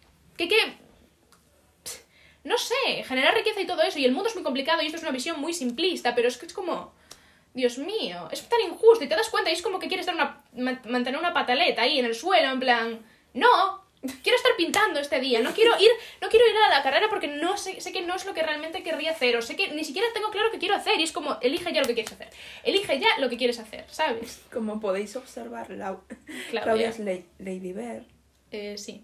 no sé, generar riqueza y todo eso, y el mundo es muy complicado y esto es una visión muy simplista, pero es que es como... Dios mío, es tan injusto y te das cuenta y es como que quieres mantener una pataleta ahí en el suelo, en plan, no, quiero estar pintando este día, no quiero ir a la carrera porque no sé que no es lo que realmente querría hacer, o sé que ni siquiera tengo claro qué quiero hacer y es como, elige ya lo que quieres hacer, elige ya lo que quieres hacer, ¿sabes? Como podéis observar, Claudia. Claudia es Lady Bear. Sí.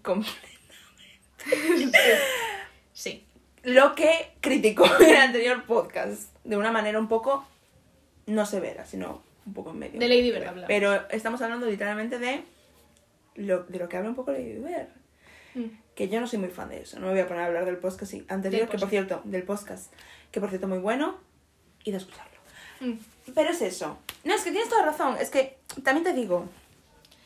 Sí. Lo que criticó en el anterior podcast, de una manera un poco, no severa, sino un poco en medio. De Lady Bird hablamos. Pero estamos hablando literalmente de lo que habla un poco Lady Bird. Que yo no soy muy fan de eso. No me voy a poner a hablar del podcast anterior, que por cierto, del podcast, que por cierto muy bueno, y de escucharlo. Pero es eso. No, es que tienes toda razón. Es que también te digo,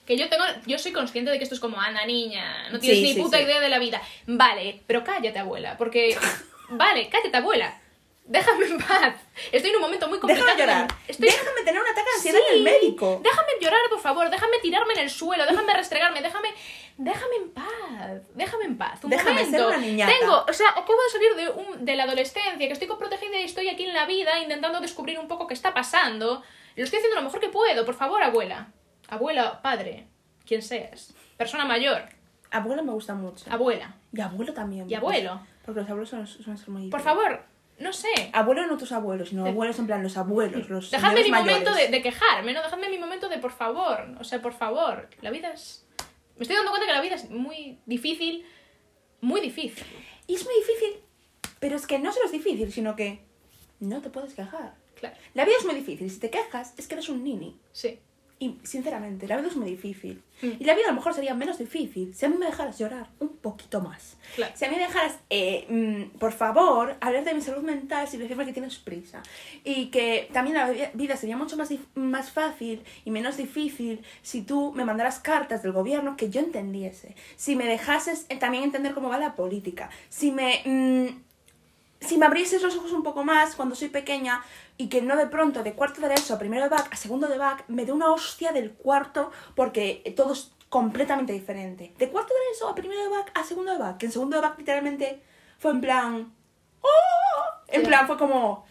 Que yo soy consciente de que esto es como, anda, niña, no tienes ni puta idea de la vida. Vale, pero cállate, abuela, porque... Vale, cállate, abuela. Déjame en paz. Estoy en un momento muy complicado. Déjame llorar. Déjame tener un ataque de ansiedad en el médico. Déjame llorar, por favor. Déjame tirarme en el suelo. Déjame restregarme. Déjame en paz. Déjame en paz. Déjame ser una niñata. Acabo de salir de la adolescencia, que estoy protegida y estoy aquí en la vida intentando descubrir un poco qué está pasando. Lo estoy haciendo lo mejor que puedo. Por favor, abuela. Abuela, padre, quien seas. Persona mayor. Abuela me gusta mucho. Abuela. Y abuelo también. Y abuelo. Porque los abuelos son ser muy... Por favor, no sé. Abuelos no tus abuelos, sino abuelos en plan los abuelos, los Dejadme mi mayores. momento de quejarme, ¿no? Dejadme mi momento de por favor. O sea, por favor. La vida es... Me estoy dando cuenta que la vida es muy difícil. Muy difícil. Y es muy difícil. Pero es que no solo es difícil, sino que no te puedes quejar. Claro. La vida es muy difícil. Si te quejas, es que eres un nini. Sí. Y, sinceramente, la vida es muy difícil. Y la vida a lo mejor sería menos difícil si a mí me dejaras llorar un poquito más. Claro. Si a mí me dejaras, por favor, hablar de mi salud mental sin decirme que tienes prisa. Y que también la vida sería mucho más fácil y menos difícil si tú me mandaras cartas del gobierno que yo entendiese. Si me dejases también entender cómo va la política. Si me abrieses los ojos un poco más cuando soy pequeña y que no de pronto de cuarto de ESO a primero de BAC a segundo de BAC me dé una hostia del cuarto porque todo es completamente diferente. De cuarto de ESO a primero de BAC a segundo de BAC, que en segundo de BAC literalmente fue en plan... ¡Oh! En plan fue como...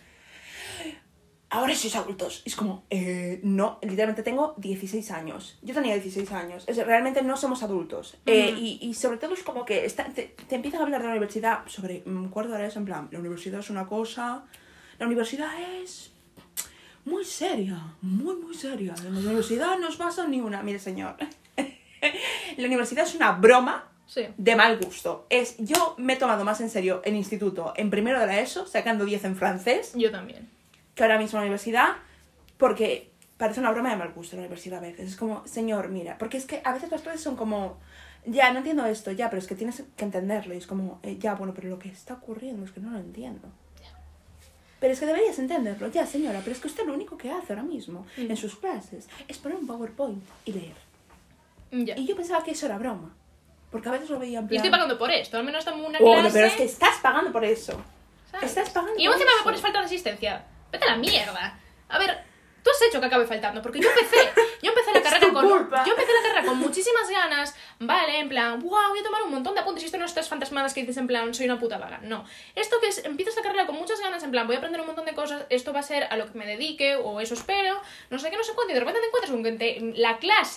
Ahora sois adultos. Y es como, no, literalmente tengo 16 años. Yo tenía 16 años. Realmente no somos adultos. Y sobre todo es como que te empiezan a hablar de la universidad sobre cuarto de ESO, en plan, la universidad es una cosa... La universidad es muy seria, muy seria. En la universidad no os pasa ni una. Mire, señor, la universidad es una broma de mal gusto. Yo me he tomado más en serio el instituto en primero de la ESO, sacando 10 en francés. Yo también. Que ahora mismo en la universidad, porque parece una broma de mal gusto la universidad a veces. Es como, señor, mira, porque es que a veces las clases son como... Ya, no entiendo esto, ya, pero es que tienes que entenderlo. Y es como, ya, bueno, pero lo que está ocurriendo es que no lo entiendo. Pero es que deberías entenderlo, ya señora, pero es que usted lo único que hace ahora mismo en sus clases es poner un PowerPoint y leer. Ya. Y yo pensaba que eso era broma, porque a veces lo veía en plan... Y estoy pagando por esto, al menos estamos en una clase... pero es que estás pagando por eso. ¿Sabes? Estás pagando y por encima eso. me pones falta de asistencia. Vete a la mierda. A ver... Tú has hecho que acabe faltando, porque yo empecé la carrera con muchísimas ganas, vale, en plan, wow, voy a tomar un montón de apuntes, y esto no es estas fantasmadas que dices en plan, soy una puta vaga, no. Esto que es, empiezas la carrera con muchas ganas, en plan, voy a aprender un montón de cosas, esto va a ser a lo que me dedique, o eso espero, no sé qué, no sé cuánto, y de repente te encuentras con que la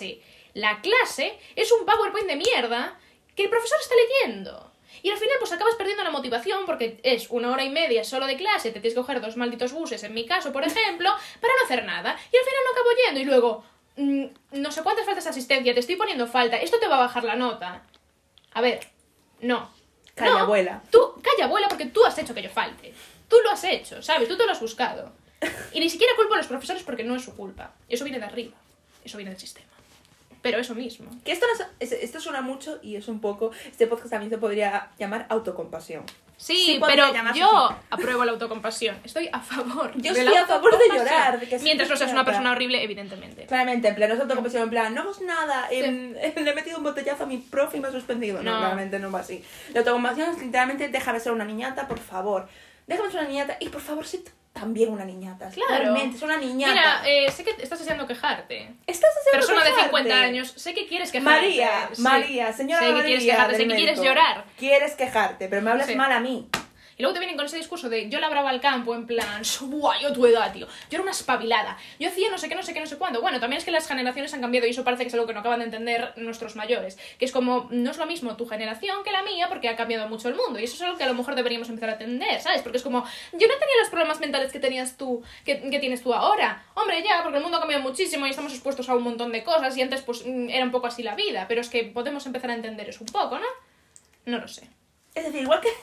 clase es un PowerPoint de mierda que el profesor está leyendo. Y al final pues acabas perdiendo la motivación porque es 1 hora y media solo de clase, te tienes que coger 2 malditos buses, en mi caso, por ejemplo, para no hacer nada. Y al final no acabo yendo y luego, no sé cuántas faltas de asistencia, te estoy poniendo falta, esto te va a bajar la nota. A ver, no. Calla, abuela. Calla, abuela, porque tú has hecho que yo falte. Tú lo has hecho, ¿sabes? Tú te lo has buscado. Y ni siquiera culpo a los profesores porque no es su culpa. Eso viene de arriba. Eso viene del sistema. Pero eso mismo. Que esto suena mucho y es un poco... Este podcast también se podría llamar autocompasión. Sí, pero yo apruebo la autocompasión. Estoy a favor. Yo estoy a favor de llorar. De que mientras no seas una persona horrible, evidentemente. Claramente, en plan, no es autocompasión, en plan, no hagas nada. Le he metido un botellazo a mi profe y me ha suspendido. No, claramente no va así. La autocompasión es literalmente, déjame ser una niñata, por favor. Déjame ser una niñata y por favor, sé también una niñata. Claro. Realmente, es una niñata. Mira, sé que estás deseando quejarte. Estás deseando Persona quejarte. de 50 años, sé que quieres quejarte. María, señora sé María. Que quieres quejarte, sé que quieres llorar. Quieres quejarte, pero me hablas mal a mí. Y luego te vienen con ese discurso de yo labraba el campo en plan, ¡buah! Yo a tu edad, tío. Yo era una espabilada. Yo hacía no sé qué, no sé qué, no sé cuándo. Bueno, también es que las generaciones han cambiado y eso parece que es algo que no acaban de entender nuestros mayores. Que es como, no es lo mismo tu generación que la mía porque ha cambiado mucho el mundo. Y eso es algo que a lo mejor deberíamos empezar a entender, ¿sabes? Porque es como, yo no tenía los problemas mentales que tenías tú, que tienes tú ahora. Hombre, ya, porque el mundo ha cambiado muchísimo y estamos expuestos a un montón de cosas y antes pues era un poco así la vida. Pero es que podemos empezar a entender eso un poco, ¿no? No lo sé. Es decir, igual que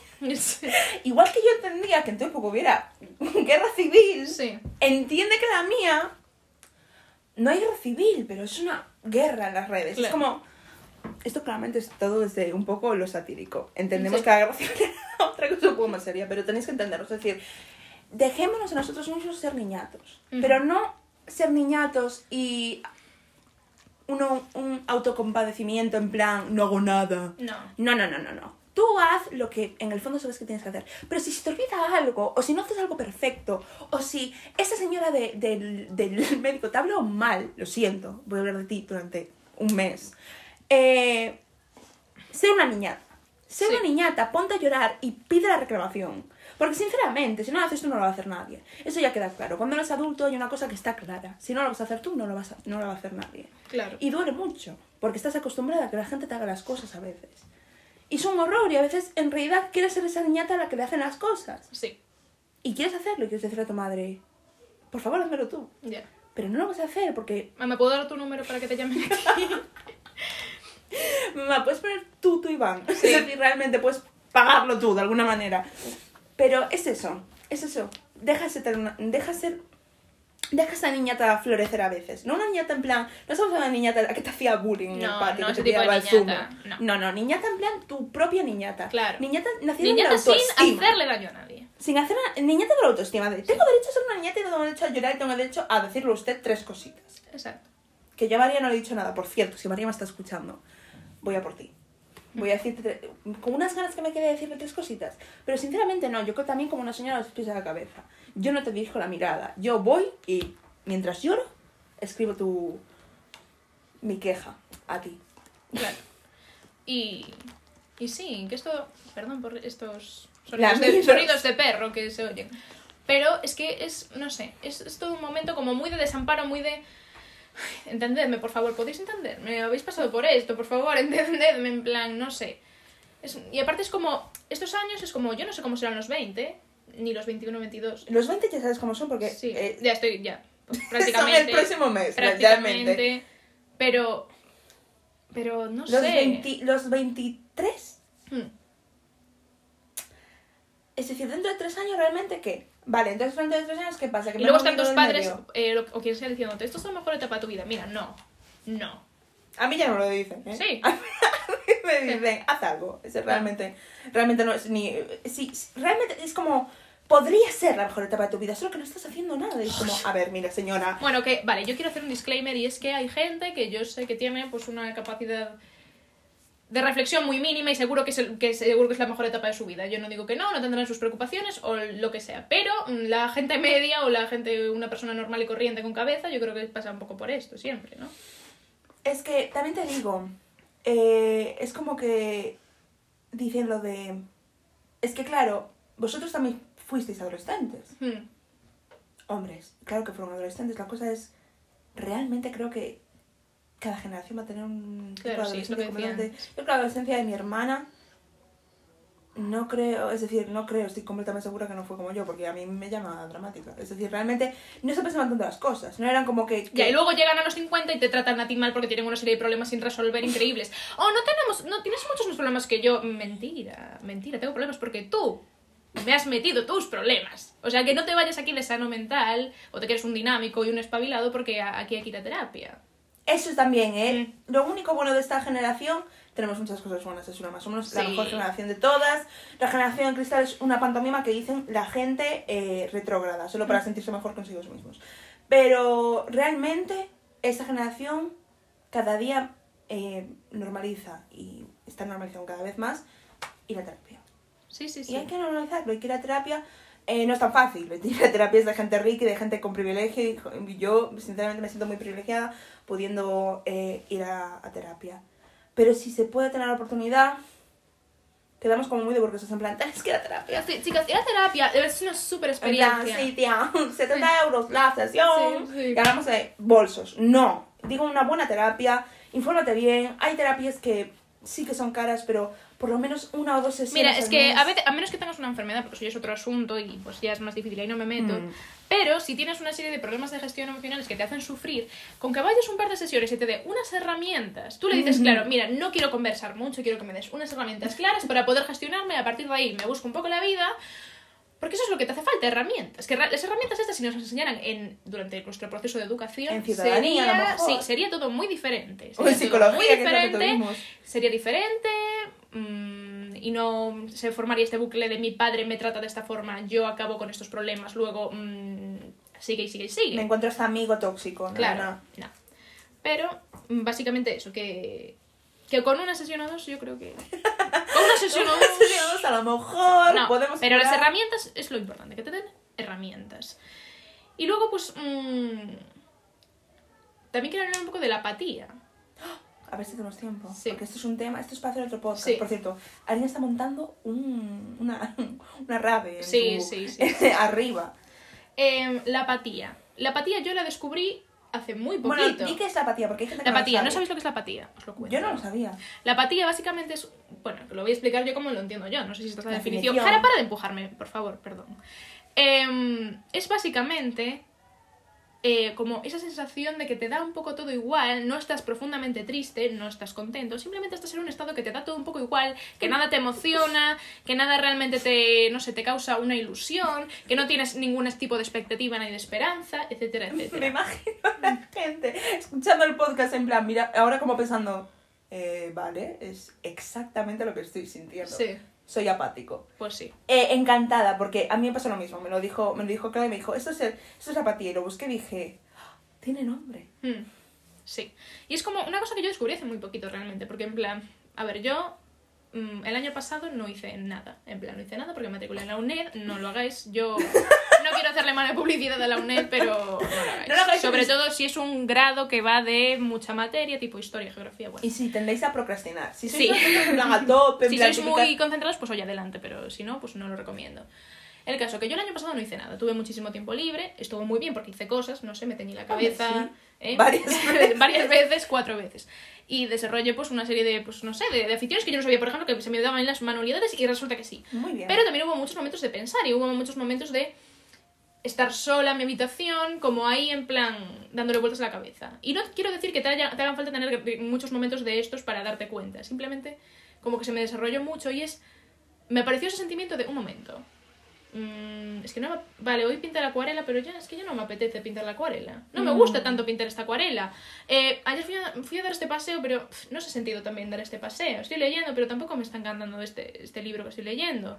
yo entendía que en tu época hubiera guerra civil, entiende que la mía no hay guerra civil, pero es una guerra en las redes. Claro. Es como... Esto claramente es todo desde un poco lo satírico. Entendemos que la guerra civil es otra cosa un poco más seria, pero tenéis que entenderlo. Es decir, dejémonos a nosotros mismos ser niñatos, pero no ser niñatos y un autocompadecimiento en plan, no hago nada. No. No. Tú haz lo que en el fondo sabes que tienes que hacer. Pero si se te olvida algo, o si no haces algo perfecto, o si esa señora del médico te habló mal, lo siento, voy a hablar de ti durante un mes. Sé una niñata. Sé una niñata, ponte a llorar y pide la reclamación. Porque sinceramente, si no lo haces tú, no lo va a hacer nadie. Eso ya queda claro. Cuando eres adulto hay una cosa que está clara. Si no lo vas a hacer tú, no lo va a hacer nadie. Claro. Y duele mucho, porque estás acostumbrada a que la gente te haga las cosas a veces. Y es un horror, y a veces en realidad quieres ser esa niñata a la que le hacen las cosas. Sí. Y quieres hacerlo, y quieres decirle a tu madre, por favor, házmelo tú. Ya. Pero no lo vas a hacer porque... ¿Me puedo dar tu número para que te llamen aquí? Mamá, puedes poner tú Iván. Sí. Es decir, realmente puedes pagarlo tú, de alguna manera. Pero es eso. Deja esa niñata florecer a veces. No una niñata en plan... No estamos hablando de niñata que te hacía bullying en el patio. No, que ese te tipo de tiraba el zumo. niñata. No, niñata en plan tu propia niñata. Claro. Niñata nacida de la Niñata sin autoestima. hacerle daño a nadie. Niñata de la autoestima. Tengo derecho a ser una niñata y tengo derecho a llorar y tengo derecho a decirle a usted 3 cositas. Exacto. Que yo a María no le he dicho nada. Por cierto, si María me está escuchando, voy a por ti. Voy a decirte con unas ganas que me quede decirle 3 cositas. Pero sinceramente no, yo también como una señora a los pies de la cabeza. Yo no te dirijo la mirada. Yo voy y mientras lloro, escribo mi queja a ti. Claro. Y sí, que esto... Perdón por estos Lamidos. sonidos de perro que se oyen. Pero es que no sé, es todo un momento como muy de desamparo, muy de... Entendedme, por favor, ¿podéis entenderme? ¿Habéis pasado por esto? Por favor, entendedme, en plan, no sé. Y aparte es como, estos años es como, yo no sé cómo serán los 20, ni los 21, 22. Los 20 ya sabes cómo son porque... Sí, ya estoy, pues, prácticamente. Son el próximo mes, prácticamente. realmente. Pero no sé. Los 23... Hmm. Es decir, dentro de 3 años, ¿realmente qué? Vale, entonces dentro de 3 años, ¿qué pasa? Que Y me luego han están tus movido del padres, medio. o quien sea diciéndote, esto es la mejor etapa de tu vida. Mira, no. A mí ya no me lo dicen, ¿eh? Sí. A mí me dicen, haz algo. Realmente no es ni... Sí, realmente es como... Podría ser la mejor etapa de tu vida, solo que no estás haciendo nada. Y es como, a ver, mira, señora... Bueno, vale, yo quiero hacer un disclaimer y es que hay gente que yo sé que tiene pues una capacidad de reflexión muy mínima y seguro que es la mejor etapa de su vida. Yo no digo que no tendrán sus preocupaciones o lo que sea, pero la gente media o una persona normal y corriente con cabeza, yo creo que pasa un poco por esto siempre, ¿no? Es que, también te digo, es como que dicen lo de... Es que claro, vosotros también fuisteis adolescentes. Hombres, claro que fueron adolescentes. La cosa es, realmente creo que cada generación va a tener un tipo de adolescencia completamente... Yo creo que la adolescencia de mi hermana, no creo, estoy completamente segura que no fue como yo, porque a mí me llama dramática. Es decir, realmente no se pensaban tanto las cosas, no eran como que... Ya, y luego llegan a los 50 y te tratan a ti mal porque tienen una serie de problemas sin resolver increíbles. No tienes muchos más problemas que yo. Mentira, tengo problemas porque tú me has metido tus problemas. O sea, que no te vayas aquí de sano mental o te quieres un dinámico y un espabilado porque aquí hay que ir a terapia. Eso es también, ¿eh? Lo único bueno de esta generación, tenemos muchas cosas buenas, es una más. Somos la mejor generación de todas. La generación de cristal es una pantomima que dicen la gente retrógrada, solo para sentirse mejor consigo mismos. Pero realmente esta generación cada día normaliza y está normalizando cada vez más ir a terapia. Sí. Y hay que normalizarlo, hay que ir a terapia. No es tan fácil, ir a terapia es de gente rica y de gente con privilegio y yo sinceramente me siento muy privilegiada pudiendo ir a terapia. Pero si se puede tener la oportunidad, quedamos como muy de burgueses en plan, tienes que ir a terapia. Sí, chicas, ir a terapia es una súper experiencia. Sí, tía, 70 euros la sesión. Sí. Y hablamos de bolsos. No, digo una buena terapia, infórmate bien. Hay terapias que sí que son caras, pero por lo menos 1 o 2 sesiones. Mira, es que a menos que tengas una enfermedad, porque eso ya es otro asunto y pues ya es más difícil, ahí no me meto. Pero si tienes una serie de problemas de gestión emocionales que te hacen sufrir, con que vayas un par de sesiones y te dé unas herramientas, tú le dices, claro, mira, no quiero conversar mucho, quiero que me des unas herramientas claras para poder gestionarme, a partir de ahí me busco un poco la vida, porque eso es lo que te hace falta, herramientas. Que las herramientas estas, si nos enseñaran durante nuestro proceso de educación, en ciudadanía, a lo mejor. Sí, sería todo muy diferente. O en psicología, muy diferente, que tuvimos. Sería diferente, y no se formaría este bucle de mi padre me trata de esta forma, yo acabo con estos problemas, luego sigue. Me encuentro este amigo tóxico, ¿no? Claro, no. Pero, básicamente eso, que con una sesión o dos yo creo que... Con una sesión o dos... a lo mejor no, podemos pero curar. las herramientas es lo importante, que te den herramientas. Y luego, pues... también quiero hablar un poco de la apatía. A ver si tenemos tiempo. Sí. Porque esto es un tema, esto es para hacer otro podcast. Sí. Por cierto, alguien está montando una rave en Sí, tu- sí. arriba. La apatía. La apatía yo la descubrí hace muy poquito. Bueno, ¿y qué es la apatía? Porque hay gente que La apatía, no ¿no lo sabe. sabéis lo que es la apatía? Os lo cuento. Yo no lo sabía. La apatía básicamente es... Bueno, lo voy a explicar yo como lo entiendo yo. No sé si esta es la La definición. definición. Para de empujarme, por favor, perdón. Es básicamente... como esa sensación de que te da un poco todo igual, no estás profundamente triste, no estás contento, simplemente estás en un estado que te da todo un poco igual, que nada te emociona, que nada realmente te causa una ilusión, que no tienes ningún tipo de expectativa ni de esperanza, etcétera, Me etcétera. imagino a la gente escuchando el podcast en plan, mira, ahora como pensando, vale, es exactamente lo que estoy sintiendo. Sí, Soy apático. pues sí. Encantada, porque a mí me pasó lo mismo. Me lo dijo Clara y me dijo, esto es apatía. Y lo busqué y dije, "Ah, tiene nombre". Sí. Y es como una cosa que yo descubrí hace muy poquito realmente, porque en plan, a ver, yo el año pasado no hice nada, en plan, no hice nada porque me matriculé en la UNED, no lo hagáis, yo no quiero hacerle mala publicidad a la UNED, pero no lo hagáis. No lo hagáis, Sobre porque- todo si es un grado que va de mucha materia, tipo historia, geografía, bueno. Y si tendéis a procrastinar. Si Sí. sois en plan a tope, en Si plan sois típica- muy concentrados, pues oye, adelante, pero si no, pues no lo recomiendo. El caso, que yo el año pasado no hice nada, tuve muchísimo tiempo libre, estuvo muy bien porque hice cosas, no sé, me teñí la cabeza... sí. Varias veces, 4 veces. Y desarrollé pues una serie de, pues no sé, de aficiones que yo no sabía, por ejemplo, que se me daban las manualidades y resulta que sí. Muy bien. Pero también hubo muchos momentos de pensar y hubo muchos momentos de estar sola en mi habitación, como ahí en plan dándole vueltas a la cabeza. Y no quiero decir que te hagan falta tener muchos momentos de estos para darte cuenta, simplemente como que se me desarrolló mucho y me apareció ese sentimiento de un momento. Es que no me... Vale, hoy pinta la acuarela, pero ya es que ya no me apetece pintar la acuarela. No me gusta tanto pintar esta acuarela. Ayer fui a dar este paseo, pero no se ha sentido también dar este paseo. Estoy leyendo, pero tampoco me está encantando este libro que estoy leyendo.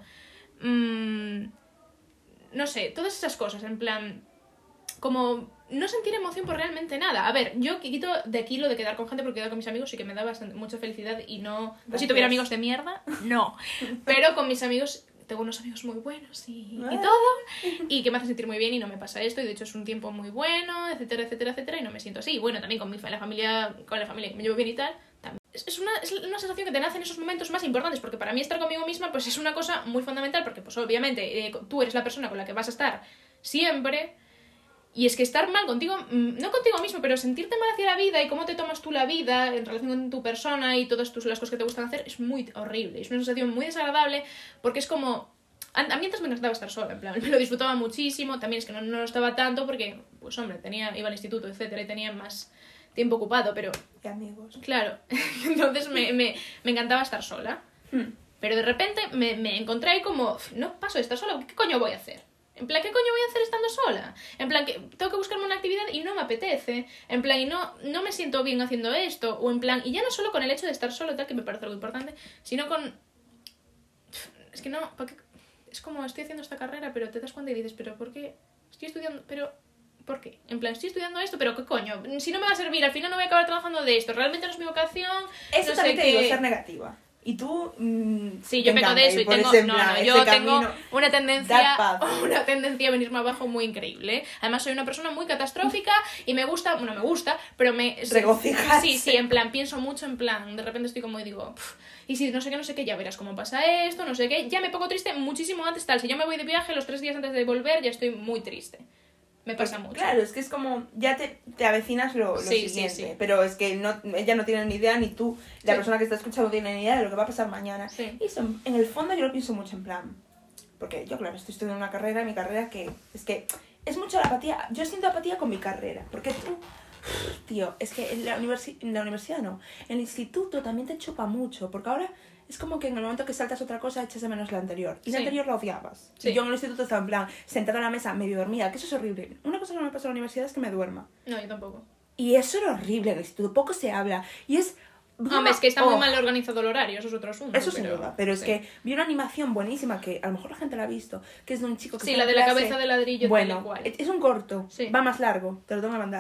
No sé, todas esas cosas, en plan... Como no sentir emoción por realmente nada. A ver, yo quito de aquí lo de quedar con gente porque quedar con mis amigos sí que me da mucha felicidad y no... Pues si tuviera amigos de mierda, no. Pero con mis amigos... Tengo unos amigos muy buenos y todo, y que me hacen sentir muy bien y no me pasa esto, y de hecho es un tiempo muy bueno, etcétera, etcétera, etcétera, y no me siento así. Bueno, también con la familia que me llevo bien y tal, también. Es una sensación que te nace en esos momentos más importantes, porque para mí estar conmigo misma pues es una cosa muy fundamental, porque pues obviamente tú eres la persona con la que vas a estar siempre, y es que estar mal contigo, no contigo mismo, pero sentirte mal hacia la vida y cómo te tomas tú la vida en relación con tu persona y todas las cosas que te gustan hacer es muy horrible. Es una sensación muy desagradable porque es como... A mí antes me encantaba estar sola, en plan, me lo disfrutaba muchísimo. También es que no lo estaba tanto porque, pues hombre, iba al instituto, etcétera, y tenía más tiempo ocupado, pero... Y amigos. Claro, entonces me encantaba estar sola. Pero de repente me encontré ahí como, no paso de estar sola, ¿qué coño voy a hacer? En plan, ¿qué coño voy a hacer estando sola? En plan, que tengo que buscarme una actividad y no me apetece. En plan, y no me siento bien haciendo esto. O en plan, y ya no solo con el hecho de estar solo, tal, que me parece algo importante, sino con... Es que no, ¿para qué? Es como, estoy haciendo esta carrera, pero te das cuenta y dices, ¿pero por qué? Estoy estudiando, pero... ¿Por qué? En plan, estoy estudiando esto, pero ¿qué coño? Si no me va a servir, al final no voy a acabar trabajando de esto. Realmente no es mi vocación. Eso no también sé te digo, qué... ser negativa. Y tú... Sí, te yo peco encanta de eso y ir por tengo... ese No, plan, no, yo ese tengo camino. una That path. tendencia a venirme abajo muy increíble. Además, soy una persona muy catastrófica y me gusta... Bueno, me gusta, pero me... Regocijarse. Sí, en plan, pienso mucho en plan... De repente estoy como y digo... Y si no sé qué, ya verás cómo pasa esto, no sé qué... Ya me pongo triste muchísimo antes, tal. Si yo me voy de viaje, los 3 días antes de volver, ya estoy muy triste. Me pasa mucho. Claro, es que es como, ya te avecinas lo Sí, siguiente, sí. pero es que ella no tiene ni idea, ni tú, la Sí. persona que está escuchando, no tiene ni idea de lo que va a pasar mañana. Sí. Y eso, en el fondo yo lo pienso mucho en plan, porque yo, claro, estoy estudiando una carrera, mi carrera que es mucho la apatía, yo siento apatía con mi carrera, porque tú, tío, es que en la universidad no, en el instituto también te chupa mucho, porque ahora... Es como que en el momento que saltas otra cosa echas de menos la anterior. Y la Sí. anterior la odiabas. Sí. Y yo en el instituto estaba en plan, sentada en la mesa, medio dormida, que eso es horrible. Una cosa que no me pasa en la universidad es que me duerma. No, yo tampoco. Y eso era horrible en el instituto, poco se habla. Y es... Hombre, es que está muy mal organizado el horario, eso es otro asunto. Eso sin duda, pero es sí. que vi una animación buenísima que a lo mejor la gente la ha visto, que es de un chico que Sí, está la en de la clase. cabeza de ladrillo, Bueno, tal y cual. es un corto, Sí. va más largo, te lo tengo que mandar.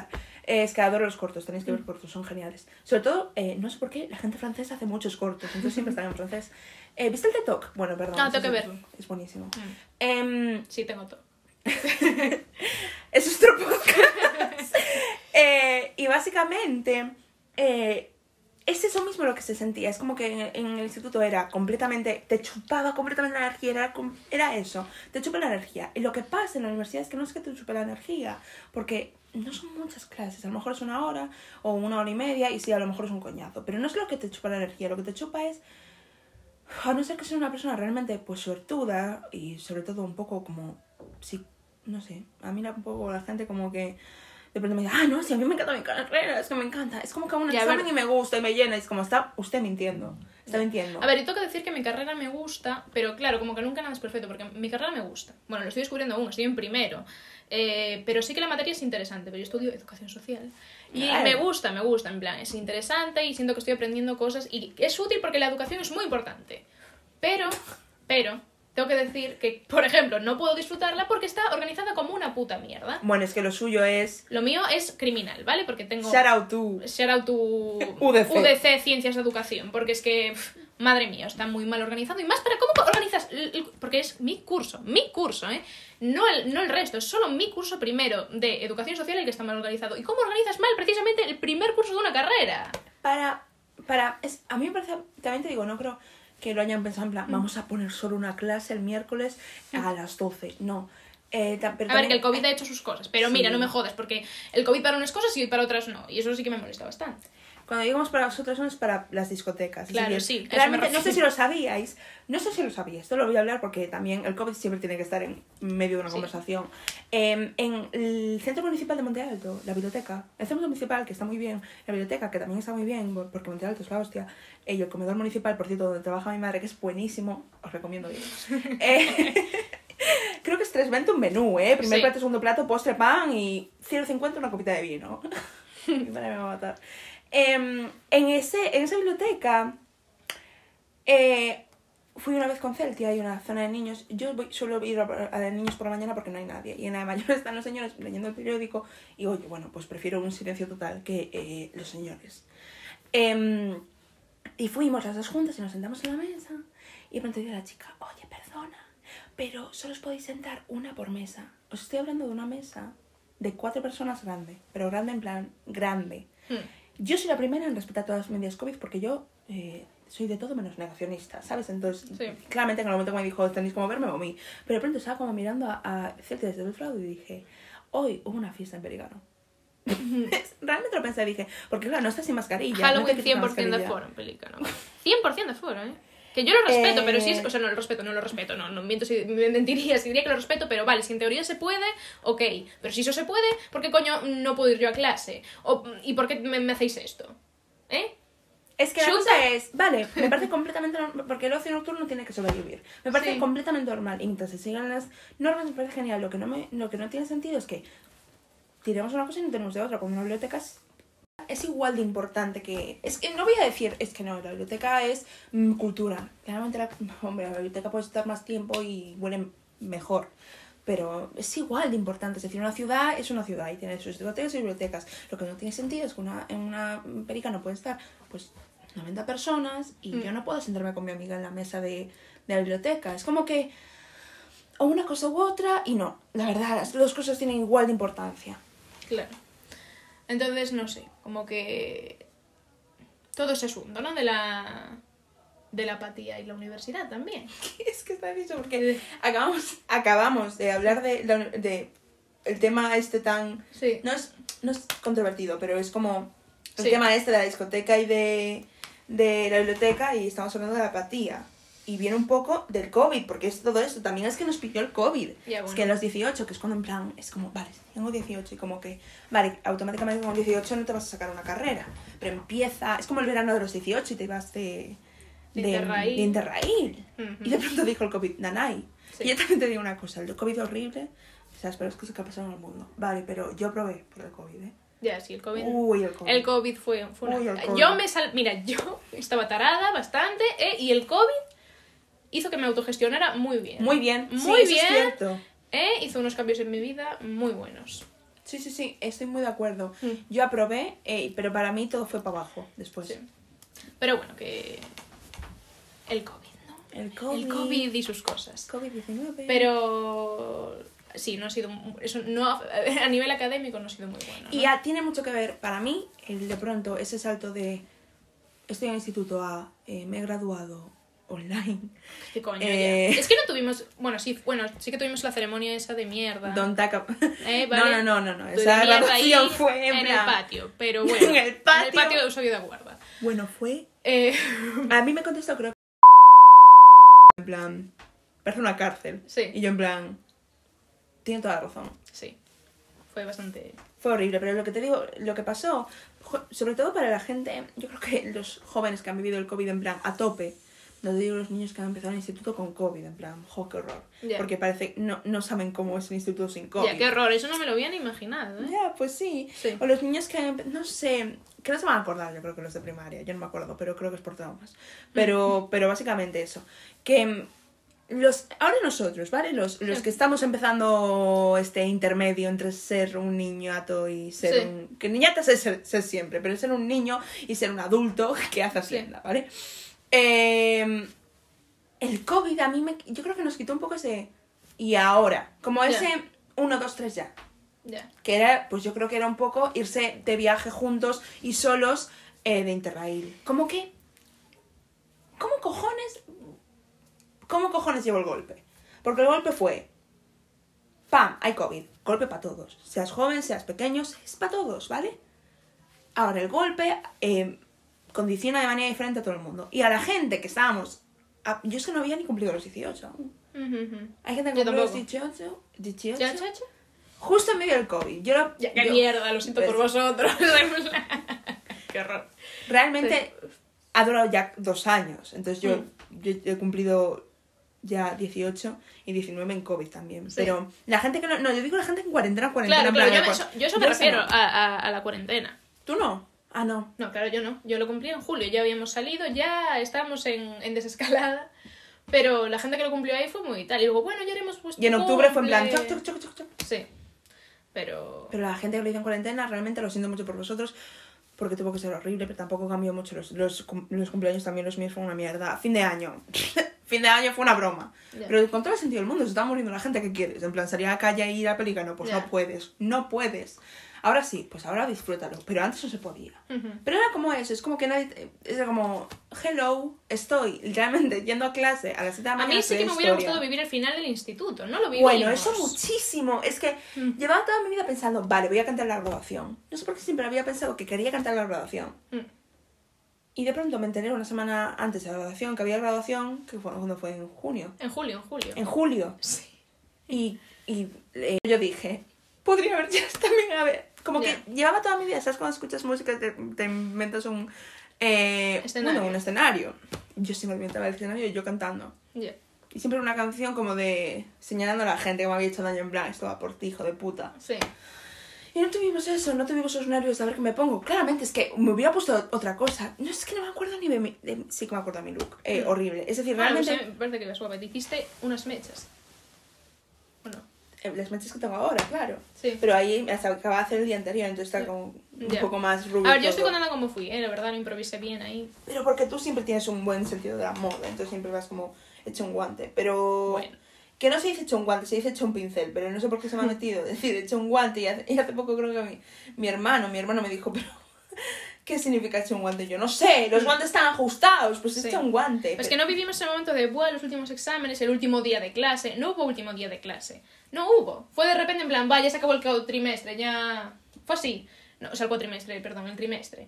Es que adoro los cortos, tenéis que ver cortos, son geniales. Sobre todo, no sé por qué, la gente francesa hace muchos cortos, entonces siempre están en francés. ¿Viste el TikTok? Bueno, perdón. No, tengo que verlo. Es buenísimo. Sí, tengo todo. Eso es otro podcast. Y básicamente, es eso mismo lo que se sentía. Es como que en el instituto era completamente, te chupaba completamente la energía, era eso, te chupa la energía. Y lo que pasa en la universidad es que no es que te chupe la energía, porque no son muchas clases, a lo mejor es 1 hora o 1 hora y media, y sí, a lo mejor es un coñazo. Pero no es lo que te chupa la energía, lo que te chupa es, a no ser que seas una persona realmente pues suertuda y sobre todo un poco como, sí, no sé, a mí un poco la gente como que de pronto me dice, no, sí, a mí me encanta mi carrera, es que me encanta. Es como que hago un examen y me gusta y me llena. Y es como, está usted mintiendo. Está mintiendo. A ver, y tengo que decir que mi carrera me gusta, pero claro, como que nunca nada es perfecto, porque mi carrera me gusta. Bueno, lo estoy descubriendo aún, estoy en primero. Pero sí que la materia es interesante, pero yo estudio educación social. Y me gusta, en plan, es interesante y siento que estoy aprendiendo cosas. Y es útil porque la educación es muy importante. Pero... tengo que decir que, por ejemplo, no puedo disfrutarla porque está organizada como una puta mierda. Bueno, es que lo suyo es... Lo mío es criminal, ¿vale? Porque tengo... Shout out to UDC, Ciencias de Educación. Porque es que, madre mía, está muy mal organizado. Y más para cómo organizas... porque es mi curso, ¿eh? No el resto, es solo mi curso primero de Educación Social el que está mal organizado. ¿Y cómo organizas mal precisamente el primer curso de una carrera? A mí me parece... También te digo, no creo... que lo hayan pensado en plan, vamos a poner solo una clase el miércoles a las 12. No. Pero a ver, que el COVID ha hecho sus cosas. Pero sí. Mira, no me jodas, porque el COVID para unas cosas y para otras no. Y eso sí que me molesta bastante. Cuando digamos para las otras son es para las discotecas. Claro, sí. Realmente, no sé si lo sabíais. Esto lo voy a hablar porque también el COVID siempre tiene que estar en medio de una conversación. En el Centro Municipal de Monte Alto, la biblioteca, el Centro Municipal, que está muy bien, la biblioteca, que también está muy bien, porque Monte Alto es la hostia, y el comedor municipal, por cierto, donde trabaja mi madre, que es buenísimo, os recomiendo ir. Creo que es 3,20 un menú, primer plato, segundo plato, postre, pan y 0,50 una copita de vino. Mi madre me va a matar. En esa biblioteca fui una vez con Celtia, hay una zona de niños. Yo suelo ir a de niños por la mañana porque no hay nadie. Y en la de mayor están los señores leyendo el periódico. Y oye, bueno, pues prefiero un silencio total que los señores. Y fuimos las dos juntas y nos sentamos en la mesa. Y de pronto dice la chica, oye, perdona, pero solo os podéis sentar una por mesa. Os estoy hablando de una mesa de 4 personas grande. Pero grande en plan, grande. Yo soy la primera en respetar todas las medidas COVID porque yo soy de todo menos negacionista, ¿sabes? Entonces, claramente en el momento que me dijo, tenéis como verme, comí. Pero de pronto estaba como mirando a Celtia desde el otro lado y dije, hoy hubo una fiesta en Pericano. Realmente lo pensé y dije, porque claro, no estás sin mascarilla. Halloween no 100% de foro en Pelícano. 100% de foro, ¿eh? Que yo lo respeto, pero si es... O sea, no lo respeto, no miento si me mentiría, si diría que lo respeto, pero vale, si en teoría se puede, ok. Pero si eso se puede, ¿por qué coño no puedo ir yo a clase? ¿Y por qué me hacéis esto? Es que la cosa es, vale, me parece completamente normal, porque el ocio nocturno tiene que sobrevivir. Me parece completamente normal. Y mientras se sigan las normas, me parece genial. Lo que no tiene sentido es que tiremos una cosa y no tenemos de otra. Como una biblioteca es igual de importante que... Es que no voy a decir, es que no, la biblioteca es cultura. Claramente la biblioteca puede estar más tiempo y huele mejor. Pero es igual de importante. Es decir, una ciudad es una ciudad y tiene sus bibliotecas y bibliotecas. Lo que no tiene sentido es que en una perica no puede estar pues 90 personas y yo no puedo sentarme con mi amiga en la mesa de la biblioteca. Es como que o una cosa u otra y no. La verdad, las dos cosas tienen igual de importancia. Claro. Entonces, no sé, como que todo ese asunto, ¿no? De la apatía y la universidad también. Es que está dicho porque acabamos de hablar de el tema este tan... Sí. No es controvertido, pero es como el tema este de la discoteca y de la biblioteca y estamos hablando de la apatía. Y viene un poco del COVID, porque es todo esto. También es que nos pilló el COVID. Bueno. Es que en los 18, que es cuando en plan, es como, vale, tengo 18 y como que, vale, automáticamente con 18 no te vas a sacar una carrera. Pero empieza, es como el verano de los 18 y te vas de Interrail. Y de pronto dijo el COVID, nanay. Sí. Y yo también te digo una cosa, el COVID horrible, o sea, pero es que es lo que ha pasado en el mundo. Vale, pero yo probé por el COVID, Ya, sí, el COVID. Uy, el COVID. El COVID fue una... Uy, el COVID. Mira, yo estaba tarada bastante, y el COVID hizo que me autogestionara muy bien. Muy bien, Muy sí, bien. Eso es cierto. Hizo unos cambios en mi vida muy buenos. Sí, estoy muy de acuerdo. Mm. Yo aprobé, pero para mí todo fue para abajo después. Sí. Pero bueno, que... El COVID, ¿no? El COVID. El COVID y sus cosas. COVID-19. Pero... Sí, no ha sido... Eso no, a nivel académico no ha sido muy bueno, ¿no? Y tiene mucho que ver, para mí, de pronto, ese salto de... Estoy en el instituto A, me he graduado online. ¿Qué coño? Ya. Es que no tuvimos... Bueno, sí que tuvimos la ceremonia esa de mierda. Don't talk about... ¿Vale? No. De Esa mierda graduación ahí, fue en el plan- patio. Pero bueno, En el patio. En el patio de Eusebio de Guarda. Bueno, fue... Eh, A mí me contestó, creo que... En plan... Parece una cárcel. Sí. Y yo en plan... Tiene toda la razón. sí. Fue bastante... Fue horrible, pero lo que te digo, lo que pasó, sobre todo para la gente, yo creo que los jóvenes que han vivido el COVID en plan a tope, no te digo los niños que han empezado el instituto con COVID, en plan, jo, qué horror. Ya. Porque parece, no saben cómo es el instituto sin COVID. Ya, qué horror. Eso no me lo habían imaginado, ¿eh? Ya, pues sí. Sí. O los niños que, no sé, que no se van a acordar, yo creo que los de primaria, yo no me acuerdo, pero creo que es por traumas. Pero básicamente eso, que... ahora nosotros, ¿vale? Los que estamos empezando este intermedio entre ser un niñato y ser Sí. un... Que niñata es ser siempre, pero ser un niño y ser un adulto que hace hacienda, ¿vale? El COVID a mí yo creo que nos quitó un poco ese... Y ahora, como Ya. ese 1, 2, 3 ya. Ya. Que era, pues yo creo que era un poco irse de viaje juntos y solos de Interrail. ¿Cómo que? ¿Cómo cojones llevo el golpe? Porque el golpe fue... ¡Pam! Hay COVID. Golpe para todos. Seas joven, seas pequeño, es para todos, ¿vale? Ahora el golpe condiciona de manera diferente a todo el mundo. Y a la gente que estábamos... Yo es que no había ni cumplido los 18 aún. Hay gente que Yo cumplió los tampoco. 18. ¿Ya, chacho? Justo en medio del COVID. Qué mierda, lo siento por vosotros. Qué horror. Realmente ha durado ya 2 años. Entonces yo he cumplido ya 18 y 19 en COVID también. Sí. Pero la gente que no, yo digo la gente en cuarentena. Claro, en plan, yo eso me refiero no. a la cuarentena. ¿Tú no? Ah, no. No, claro, yo no. Yo lo cumplí en julio. Ya habíamos salido, ya estábamos en desescalada. Pero la gente que lo cumplió ahí fue muy tal. Y luego, bueno, ya haremos vuestro Y en octubre fue en plan... cumple. Choc, choc, choc, choc. Sí. Pero Pero la gente que lo hizo en cuarentena, realmente lo siento mucho por vosotros. Porque tuvo que ser horrible, pero tampoco cambió mucho. Los cumpleaños también, los míos, fueron una mierda. Fin de año. Fin de año fue una broma. Ya. Pero con todo el sentido del mundo, se está muriendo la gente, ¿qué quieres? En plan, salir a la calle y ir a Pelícano, pues Ya. no puedes. No puedes. Ahora sí, pues ahora disfrútalo. Pero antes no se podía. Ujú. Pero era como eso, es como que nadie... Es como, hello, estoy literalmente yendo a clase a las 7 de la A mañana. mí sí que estudiar me hubiera historia. gustado vivir el final del instituto. No lo vivimos. Bueno, eso muchísimo. Es que llevaba toda mi vida pensando, vale, voy a cantar la graduación. No sé por qué siempre había pensado que quería cantar la graduación. Mm. Y de pronto me enteré una semana antes de la graduación, que había graduación, que fue cuando fue en junio. En julio. En julio. Sí. Y yo dije, podría haber jazz también, a ver. Como Ya. que llevaba toda mi vida, ¿sabes? Cuando escuchas música te inventas un... Escenario. Bueno, un escenario. Yo siempre me inventaba el escenario y yo cantando. Ya. Y siempre una canción como de... Señalando a la gente que me había hecho daño en plan, esto va por ti, hijo de puta. Sí. Y no tuvimos eso, no tuvimos esos nervios de a ver qué me pongo. Claramente es que me hubiera puesto otra cosa. No, es que no me acuerdo ni sí que me acuerdo de mi look. Horrible. Es decir, realmente... me parece que iba suave. Te hiciste unas mechas. Bueno. Las mechas que tengo ahora, claro. Sí. Pero ahí hasta acababa de hacer el día anterior, entonces está como un Ya. poco más rubio. A ver, yo estoy todo. contando cómo fui, la verdad lo improvisé bien ahí. Pero porque tú siempre tienes un buen sentido de la moda, entonces siempre vas como hecho un guante. Pero... Bueno. Que no se dice hecho un guante, se dice hecho un pincel, pero no sé por qué se me ha metido decir hecho un guante. Y hace poco creo que mi hermano me dijo, pero ¿qué significa hecho un guante? Yo no sé, los guantes están ajustados, pues Sí. hecho un guante. Es que no vivimos el momento de, buah, los últimos exámenes, el último día de clase. No hubo último día de clase. No hubo. Fue de repente en plan, vaya, se acabó el trimestre, ya... Fue así. No, o sea, el cuatrimestre, perdón, el trimestre.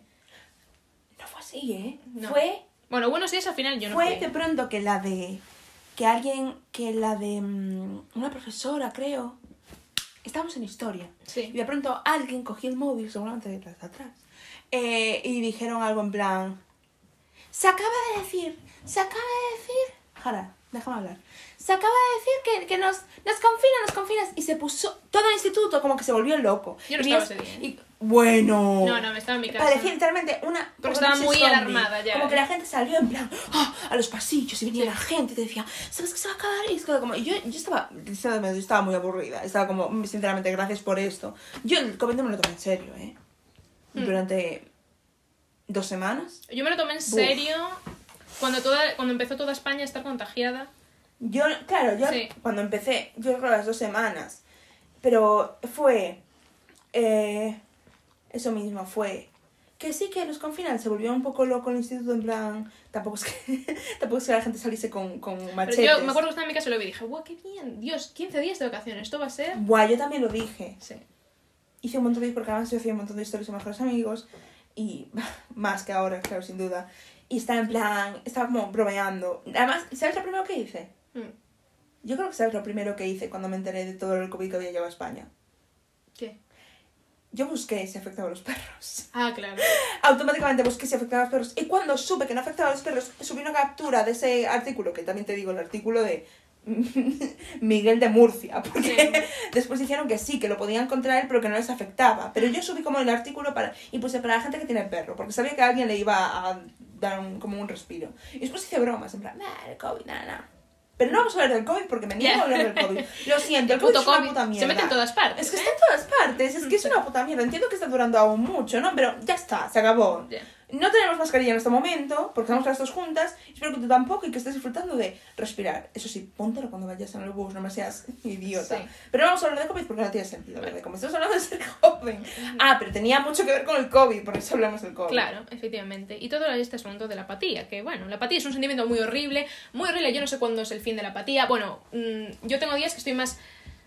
No fue así, ¿eh? No. Fue... Bueno, buenos días al final yo no Fue fui. de pronto que una profesora, creo, estábamos en historia, Sí. y de pronto alguien cogió el móvil, seguramente de atrás, y dijeron algo en plan, se acaba de decir, Jara, déjame hablar, se acaba de decir que nos confinas, y se puso todo el instituto como que se volvió loco. Yo no Y estaba es- ese día, ¿eh? y Bueno. No, estaba en mi casa. Parecía literalmente una... Porque estaba muy zombie. alarmada ya. Como que la gente salió en plan a los pasillos y venía la gente y te decía, ¿sabes qué se va a acabar esto? Como, y yo estaba muy aburrida. Estaba como, sinceramente, gracias por esto. Yo el COVID no me lo tomé en serio, Durante 2 semanas. Yo me lo tomé en serio cuando empezó toda España a estar contagiada. Yo Sí. Cuando empecé, yo creo las 2 semanas. Pero fue... eso mismo, fue... Que sí que nos confinan, se volvió un poco loco el instituto, en plan... Tampoco es que la gente saliese con machetes. Pero yo me acuerdo que estaba en mi casa y lo vi y dije, ¡guau, qué bien! Dios, 15 días de vacaciones, esto va a ser... Buah, yo también lo dije. Sí. Hice un montón de... Porque además yo hacía un montón de historias con mejores amigos. Y más que ahora, claro, sin duda. Y estaba en plan... Estaba como bromeando. Además, ¿sabes lo primero que hice? Yo creo que sabes lo primero que hice cuando me enteré de todo el COVID que había llegado a España. ¿Qué? Yo busqué si afectaba a los perros. Ah, claro. Automáticamente busqué si afectaba a los perros. Y cuando supe que no afectaba a los perros, subí una captura de ese artículo, que también te digo, el artículo de Miguel de Murcia, porque después dijeron que sí, que lo podían contraer, pero que no les afectaba. Pero yo subí como el artículo y puse para la gente que tiene perro, porque sabía que a alguien le iba a dar como un respiro. Y después hice bromas, en plan, el COVID, nada. Pero no vamos a hablar del COVID porque me niego a hablar del COVID. Lo siento, el COVID es una puta mierda. Se mete en todas partes. Es que está en todas partes, es que es una puta mierda. Entiendo que está durando aún mucho, ¿no? Pero ya está, se acabó. Yeah. No tenemos mascarilla en este momento, porque estamos las dos juntas. Espero que tú tampoco y que estés disfrutando de respirar. Eso sí, póntelo cuando vayas en el bus, no me seas idiota. Sí. Pero no vamos a hablar de COVID porque no tiene sentido hablar de COVID. Estamos hablando de ser joven. Pero tenía mucho que ver con el COVID, por eso hablamos del COVID. Claro, efectivamente. Y todo este asunto de la apatía, que bueno, la apatía es un sentimiento muy horrible, muy horrible. Yo no sé cuándo es el fin de la apatía. Bueno, yo tengo días que estoy más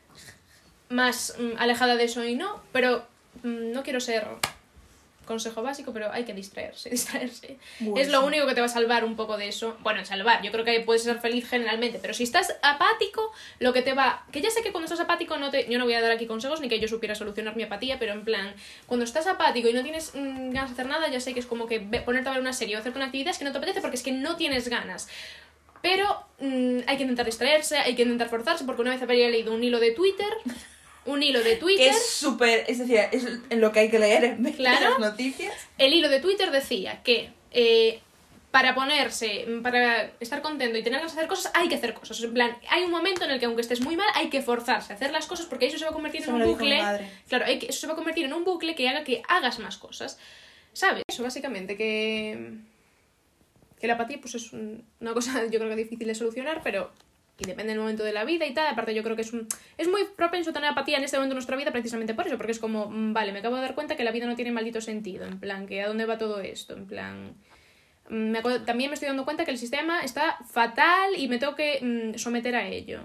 alejada de eso y no, pero no quiero ser consejo básico, pero hay que distraerse. Bueno, es lo único que te va a salvar un poco de eso. Bueno, salvar, yo creo que puedes ser feliz generalmente, pero si estás apático, lo que te va... Que ya sé que cuando estás apático yo no voy a dar aquí consejos ni que yo supiera solucionar mi apatía, pero en plan, cuando estás apático y no tienes ganas de hacer nada, ya sé que es como que ponerte a ver una serie o hacerte una actividad que no te apetece porque es que no tienes ganas. Pero hay que intentar distraerse, hay que intentar forzarse, porque una vez había leído un hilo de Twitter... Que es súper... Es decir, es lo que hay que leer en las noticias. El hilo de Twitter decía que para estar contento y tener ganas de hacer cosas, hay que hacer cosas. En plan, hay un momento en el que aunque estés muy mal, hay que forzarse a hacer las cosas porque eso se va a convertir en un bucle. Claro, eso se va a convertir en un bucle que haga que hagas más cosas. ¿Sabes? Eso, básicamente, que la apatía pues es una cosa, yo creo que difícil de solucionar, pero... Y depende del momento de la vida y tal. Aparte yo creo que es muy propenso tener apatía en este momento de nuestra vida precisamente por eso. Porque es como, vale, me acabo de dar cuenta que la vida no tiene maldito sentido. En plan, que ¿a dónde va todo esto? En plan... también me estoy dando cuenta que el sistema está fatal y me tengo que someter a ello.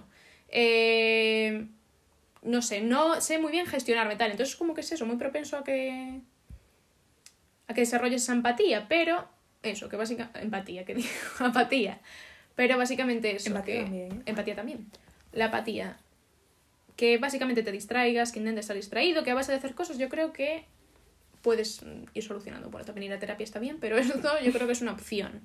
No sé muy bien gestionarme tal. Entonces como que es eso, muy propenso a que desarrolles esa empatía. Pero eso, que básicamente... Empatía, que digo, apatía. Pero básicamente eso, empatía también. La apatía. Que básicamente te distraigas, que intentes estar distraído, que a base de hacer cosas yo creo que puedes ir solucionando. Bueno, también ir a terapia está bien, pero eso yo creo que es una opción.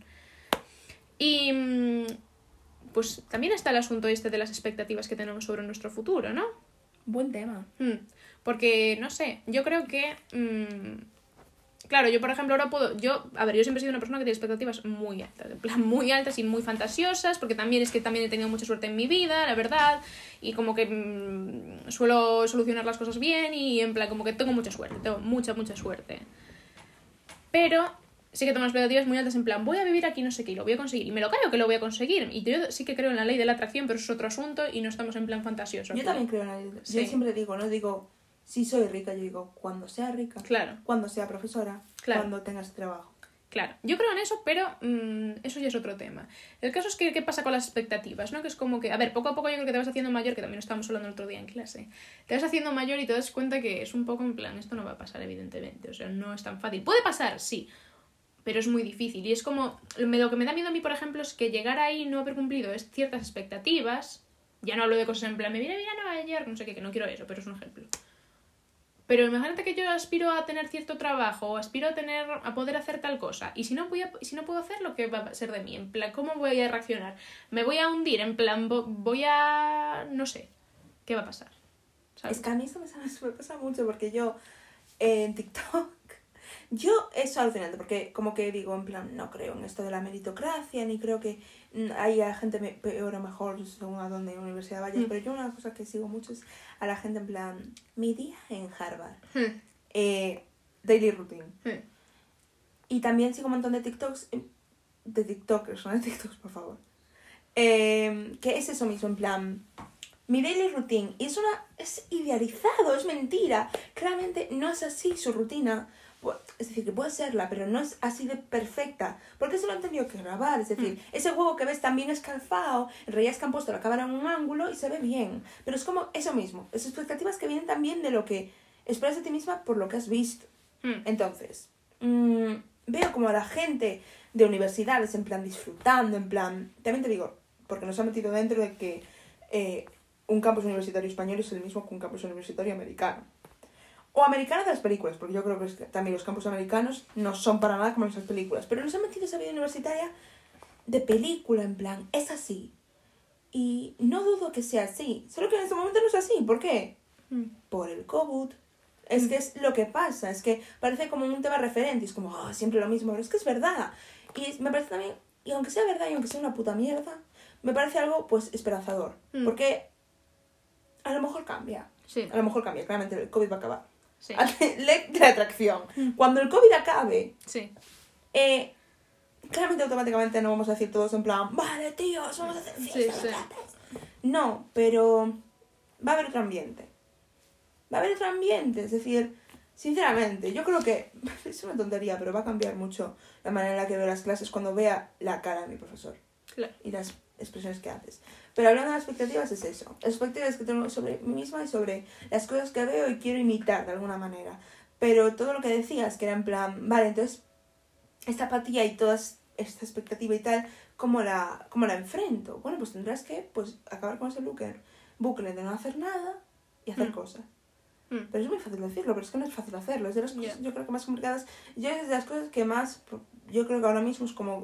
Y pues también está el asunto este de las expectativas que tenemos sobre nuestro futuro, ¿no? Buen tema. Porque, no sé, yo creo que... Claro, yo por ejemplo ahora yo siempre he sido una persona que tiene expectativas muy altas, en plan muy altas y muy fantasiosas, porque también he tenido mucha suerte en mi vida, la verdad, y como que suelo solucionar las cosas bien y en plan como que tengo mucha suerte, tengo mucha suerte. Pero sí que tengo unas expectativas muy altas en plan, voy a vivir aquí no sé qué y lo voy a conseguir, y me lo callo que lo voy a conseguir, y yo sí que creo en la ley de la atracción, pero eso es otro asunto y no estamos en plan fantasioso. Yo también creo en la ley, yo siempre digo... Si soy rica, yo digo, cuando sea rica, claro, cuando sea profesora, claro, cuando tengas trabajo. Claro, yo creo en eso, pero eso ya es otro tema. El caso es que ¿qué pasa con las expectativas? ¿No? Que es como que, a ver, poco a poco yo creo que te vas haciendo mayor, que también lo estábamos hablando el otro día en clase. Te vas haciendo mayor y te das cuenta que es un poco en plan, esto no va a pasar evidentemente, o sea, no es tan fácil. Puede pasar, sí, pero es muy difícil. Y es como, lo que me da miedo a mí, por ejemplo, es que llegar ahí y no haber cumplido ciertas expectativas. Ya no hablo de cosas en plan, me viene bien a Nueva York, no sé qué, que no quiero eso, pero es un ejemplo. Pero imagínate que yo aspiro a tener cierto trabajo o aspiro a poder hacer tal cosa y si no puedo hacerlo, ¿qué va a ser de mí? En plan, ¿cómo voy a reaccionar? ¿Me voy a hundir? En plan, voy a... no sé. ¿Qué va a pasar? ¿Sabes? Es que a mí esto me pasa mucho porque yo en TikTok, yo es alucinante porque como que digo, en plan, no creo en esto de la meritocracia, ni creo que haya gente peor o mejor según a dónde universidad vayas, pero yo una cosa que sigo mucho es a la gente en plan, mi día en Harvard, daily routine. Y también sigo un montón de TikToks, de TikTokers, no de TikToks, por favor, que es eso mismo, en plan, mi daily routine, y es idealizado, es mentira, claramente no es así su rutina. Es decir, que puede serla, pero no es así de perfecta. Porque se lo han tenido que grabar. Es decir, ese huevo que ves también escalfado, en realidad es que han puesto la cámara en un ángulo y se ve bien. Pero es como eso mismo. Las expectativas que vienen también de lo que esperas de ti misma por lo que has visto. Entonces, veo como a la gente de universidades en plan disfrutando, en plan... También te digo, porque nos ha metido dentro de que un campus universitario español es el mismo que un campus universitario americano. O americana de las películas, porque yo creo que también los campus americanos no son para nada como esas películas. Pero nos han metido esa vida universitaria de película, en plan, es así. Y no dudo que sea así. Solo que en este momento no es así. ¿Por qué? Por el COVID. Es que es lo que pasa. Es que parece como un tema referente. Es como, siempre lo mismo. Pero es que es verdad. Y me parece también, y aunque sea verdad y aunque sea una puta mierda, me parece algo, pues, esperanzador. Porque a lo mejor cambia. Sí. A lo mejor cambia. Claramente el COVID va a acabar. Sí. Ley de la atracción. Cuando el COVID acabe, Sí. claramente automáticamente no vamos a decir todos en plan, vale, tíos, vamos a hacer fiestas. Sí. No, pero va a haber otro ambiente. Va a haber otro ambiente. Es decir, sinceramente, yo creo que es una tontería, pero va a cambiar mucho la manera en la que veo las clases cuando vea la cara de mi profesor. Claro. Y las expresiones que haces. Pero hablando de las expectativas es eso. Las expectativas que tengo sobre mí misma y sobre las cosas que veo y quiero imitar de alguna manera. Pero todo lo que decías, que era en plan, vale, entonces, esta apatía y toda esta expectativa y tal, ¿cómo la enfrento? Bueno, pues tendrás que acabar con ese bucle de no hacer nada y hacer cosas. Pero es muy fácil decirlo, pero es que no es fácil hacerlo. Es de las cosas, yo creo que más complicadas. Yo es de las cosas que más, yo creo que ahora mismo es como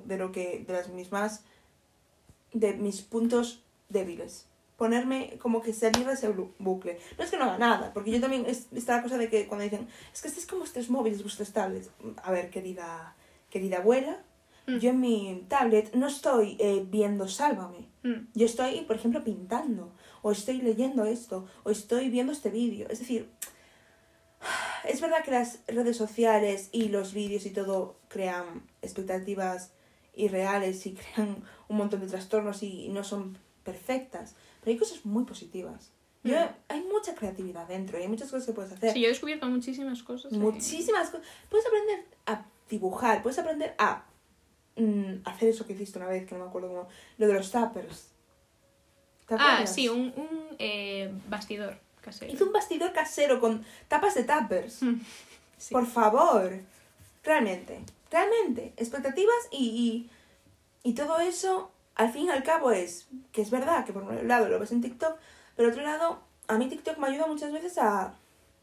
de mis puntos débiles. Ponerme como que salir de ese bucle. No es que no haga nada, porque yo también está la cosa de que cuando dicen, es que estáis con vuestros móviles, vuestros tablets. A ver, querida abuela, yo en mi tablet no estoy viendo Sálvame. Yo estoy, por ejemplo, pintando, o estoy leyendo esto, o estoy viendo este vídeo. Es decir, es verdad que las redes sociales y los vídeos y todo crean expectativas irreales y crean un montón de trastornos y no son perfectas, pero hay cosas muy positivas. Hay mucha creatividad dentro y hay muchas cosas que puedes hacer. Sí, yo he descubierto muchísimas cosas. Muchísimas cosas. Puedes aprender a dibujar, puedes aprender a hacer eso que hiciste una vez, que no me acuerdo cómo, lo de los tuppers. ¿Te acuerdas? Sí, un bastidor casero. Hice un bastidor casero con tapas de tuppers. Sí. Por favor. Realmente, expectativas y todo eso, al fin y al cabo es verdad que por un lado lo ves en TikTok, pero por otro lado, a mí TikTok me ayuda muchas veces a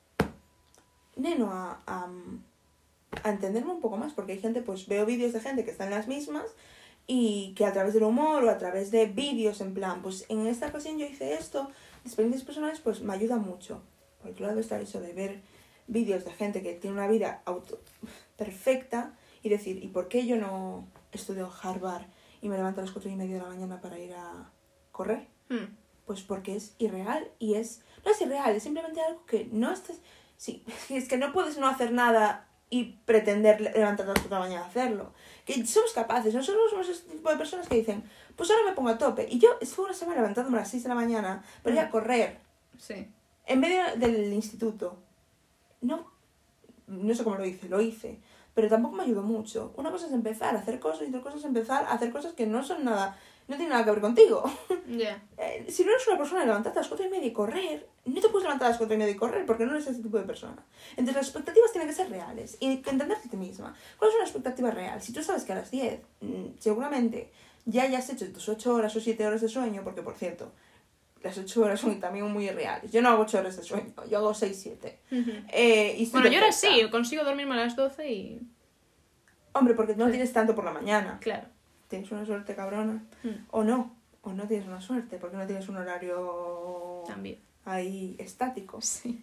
entenderme un poco más, porque hay gente, pues veo vídeos de gente que está en las mismas y que a través del humor o a través de vídeos en plan, pues en esta ocasión yo hice esto, experiencias personales, pues me ayuda mucho. Por otro lado está eso de ver vídeos de gente que tiene una vida perfecta y decir, ¿y por qué yo no estudio en Harvard y me levanto a las 4:30 de la mañana para ir a correr? Pues porque es irreal y no es irreal, es simplemente algo que no estás... Sí, es que no puedes no hacer nada y pretender levantarte a las 4 de la mañana a hacerlo. Que somos capaces, nosotros somos ese tipo de personas que dicen, pues ahora me pongo a tope. Y yo estuve una semana levantándome a las 6 de la mañana para ir a correr. Sí. En medio del instituto. No sé cómo lo hice. Pero tampoco me ayudó mucho. Una cosa es empezar a hacer cosas y otra cosa es empezar a hacer cosas que no tienen nada que ver contigo. Yeah. Si no eres una persona de levantarte a las 4:30 y correr, no te puedes levantar a las 4:30 y correr porque no eres ese tipo de persona. Entonces las expectativas tienen que ser reales y entenderte a ti misma. ¿Cuál es una expectativa real? Si tú sabes que a las 10 seguramente ya hayas hecho tus 8 horas o 7 horas de sueño, porque por cierto, las 8 horas son también muy irreales. Yo no hago 8 horas de sueño, yo hago 6-7. Bueno, yo ahora sí, consigo dormirme a las 12 y... Hombre, porque no tienes tanto por la mañana. Claro. Tienes una suerte cabrona. O no tienes una suerte, porque no tienes un horario también ahí estático. Sí.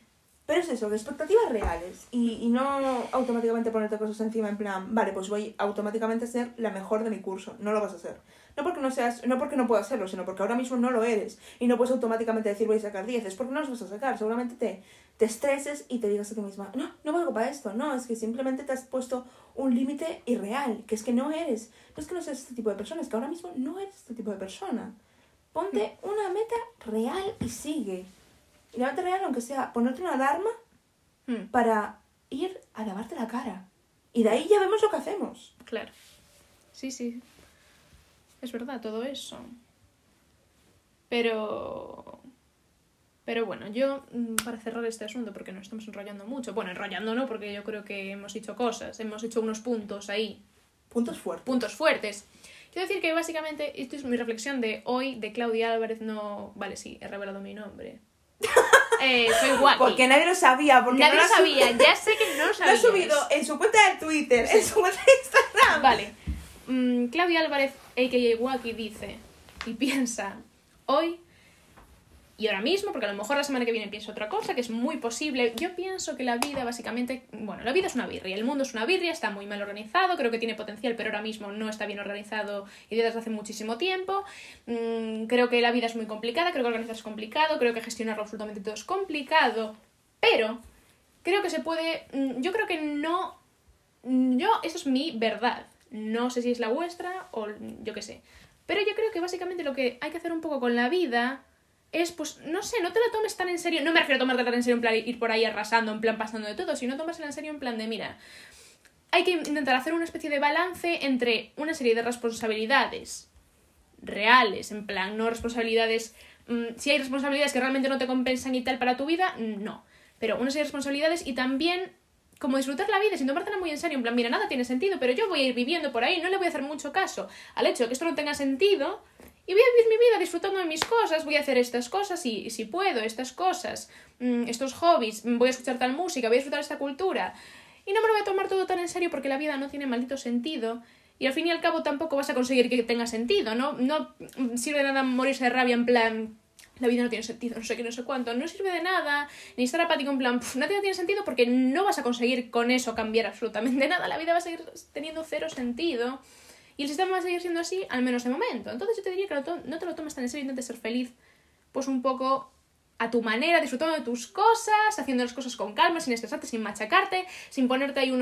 Pero es eso, de expectativas reales y no automáticamente ponerte cosas encima en plan, vale, pues voy automáticamente a ser la mejor de mi curso. No lo vas a hacer. No porque no puedas hacerlo, sino porque ahora mismo no lo eres. Y no puedes automáticamente decir voy a sacar 10, es porque no los vas a sacar. Seguramente te estreses y te digas a ti misma, no valgo para esto. No, es que simplemente te has puesto un límite irreal, que es que no eres. No es que no seas este tipo de persona, es que ahora mismo no eres este tipo de persona. Ponte una meta real y sigue. Y la meta real, aunque sea ponerte una alarma para ir a lavarte la cara. Y de ahí ya vemos lo que hacemos. Claro. Sí. Es verdad, todo eso. Pero bueno, yo, para cerrar este asunto, porque nos estamos enrollando mucho. Bueno, enrollando no, porque yo creo que hemos dicho cosas. Hemos hecho unos puntos ahí. Puntos fuertes. Puntos fuertes. Quiero decir que básicamente, esto es mi reflexión de hoy, de Claudia Álvarez, no... Vale, sí, he revelado mi nombre. Soy Wacky. Porque nadie lo sabía. Porque nadie no lo sabía, ya sé que no lo sabía. Lo ha subido en su cuenta de Twitter, en su cuenta de Instagram. Vale. Claudia Álvarez, a.k.a. Wacky, dice y piensa hoy y ahora mismo, porque a lo mejor la semana que viene pienso otra cosa, que es muy posible. Yo pienso que la vida básicamente... Bueno, la vida es una birria, el mundo es una birria, está muy mal organizado, creo que tiene potencial, pero ahora mismo no está bien organizado y desde hace muchísimo tiempo. Creo que la vida es muy complicada, creo que organizarse es complicado, creo que gestionarlo absolutamente todo es complicado, pero creo que se puede... Yo creo que no... Eso es mi verdad. No sé si es la vuestra o yo qué sé. Pero yo creo que básicamente lo que hay que hacer un poco con la vida... es, pues, no sé, no te lo tomes tan en serio. No me refiero a tomarte tan en serio en plan ir por ahí arrasando, en plan pasando de todo, sino tomársela en serio en plan de, mira, hay que intentar hacer una especie de balance entre una serie de responsabilidades reales, en plan, no responsabilidades... si hay responsabilidades que realmente no te compensan y tal para tu vida, no. Pero una serie de responsabilidades y también como disfrutar la vida sin tomártela muy en serio, en plan, mira, nada tiene sentido, pero yo voy a ir viviendo por ahí, no le voy a hacer mucho caso al hecho de que esto no tenga sentido... Y voy a vivir mi vida disfrutando de mis cosas, voy a hacer estas cosas y si puedo, estas cosas, estos hobbies, voy a escuchar tal música, voy a disfrutar esta cultura. Y no me lo voy a tomar todo tan en serio porque la vida no tiene maldito sentido. Y al fin y al cabo tampoco vas a conseguir que tenga sentido, ¿no? No sirve de nada morirse de rabia en plan, la vida no tiene sentido, no sé qué, no sé cuánto. No sirve de nada, ni estar apático en plan, no tiene sentido porque no vas a conseguir con eso cambiar absolutamente nada. La vida va a seguir teniendo cero sentido. Y el sistema va a seguir siendo así, al menos de momento. Entonces yo te diría que no te lo tomes tan en serio, intentes ser feliz, pues un poco a tu manera, disfrutando de tus cosas, haciendo las cosas con calma, sin estresarte, sin machacarte, sin ponerte ahí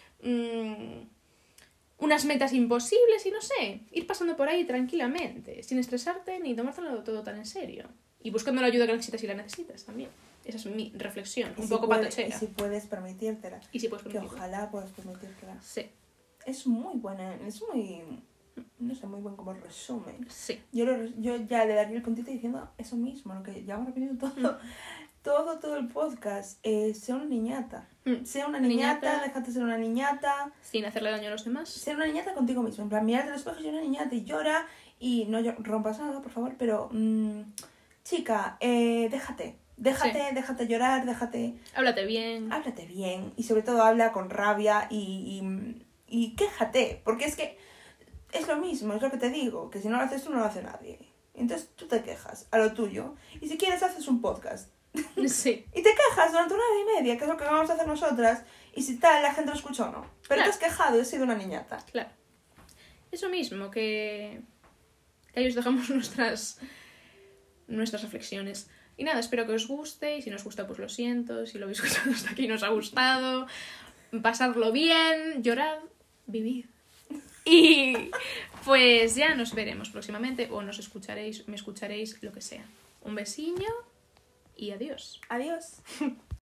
unas metas imposibles y no sé, ir pasando por ahí tranquilamente, sin estresarte ni tomártelo todo tan en serio. Y buscando la ayuda que necesitas y la necesitas también. Esa es mi reflexión, un poco patochera. Y si puedes permitírtela. Y si puedes permitírtela. Que ojalá puedas permitírtela. Sí. Es muy buena, es muy... No sé, muy buen como resumen. Sí. Yo ya le daría el puntito diciendo eso mismo, lo que ya hemos repetido todo el podcast. Sea una niñata. Sea una niñata, déjate ser una niñata. Sin hacerle daño a los demás. Ser una niñata contigo mismo. En plan, mírate al espejo y una niñata y llora y no rompas nada, por favor, pero... chica, déjate llorar, déjate... Háblate bien. Y sobre todo habla con rabia y quéjate, porque es que es lo mismo, es lo que te digo, que si no lo haces tú no lo hace nadie. Entonces tú te quejas a lo tuyo y si quieres haces un podcast. Sí. Y te quejas durante 1 hora y media, que es lo que vamos a hacer nosotras, y si tal, la gente lo escucha o no. Pero claro. Te has quejado y has sido una niñata. Claro. Eso mismo, que ahí os dejamos nuestras reflexiones. Y nada, espero que os guste, y si no os gusta, pues lo siento, si lo habéis escuchado hasta aquí no os ha gustado, pasadlo bien, llorad, vivid. Y pues ya nos veremos próximamente, o me escucharéis, lo que sea. Un besiño y adiós. Adiós.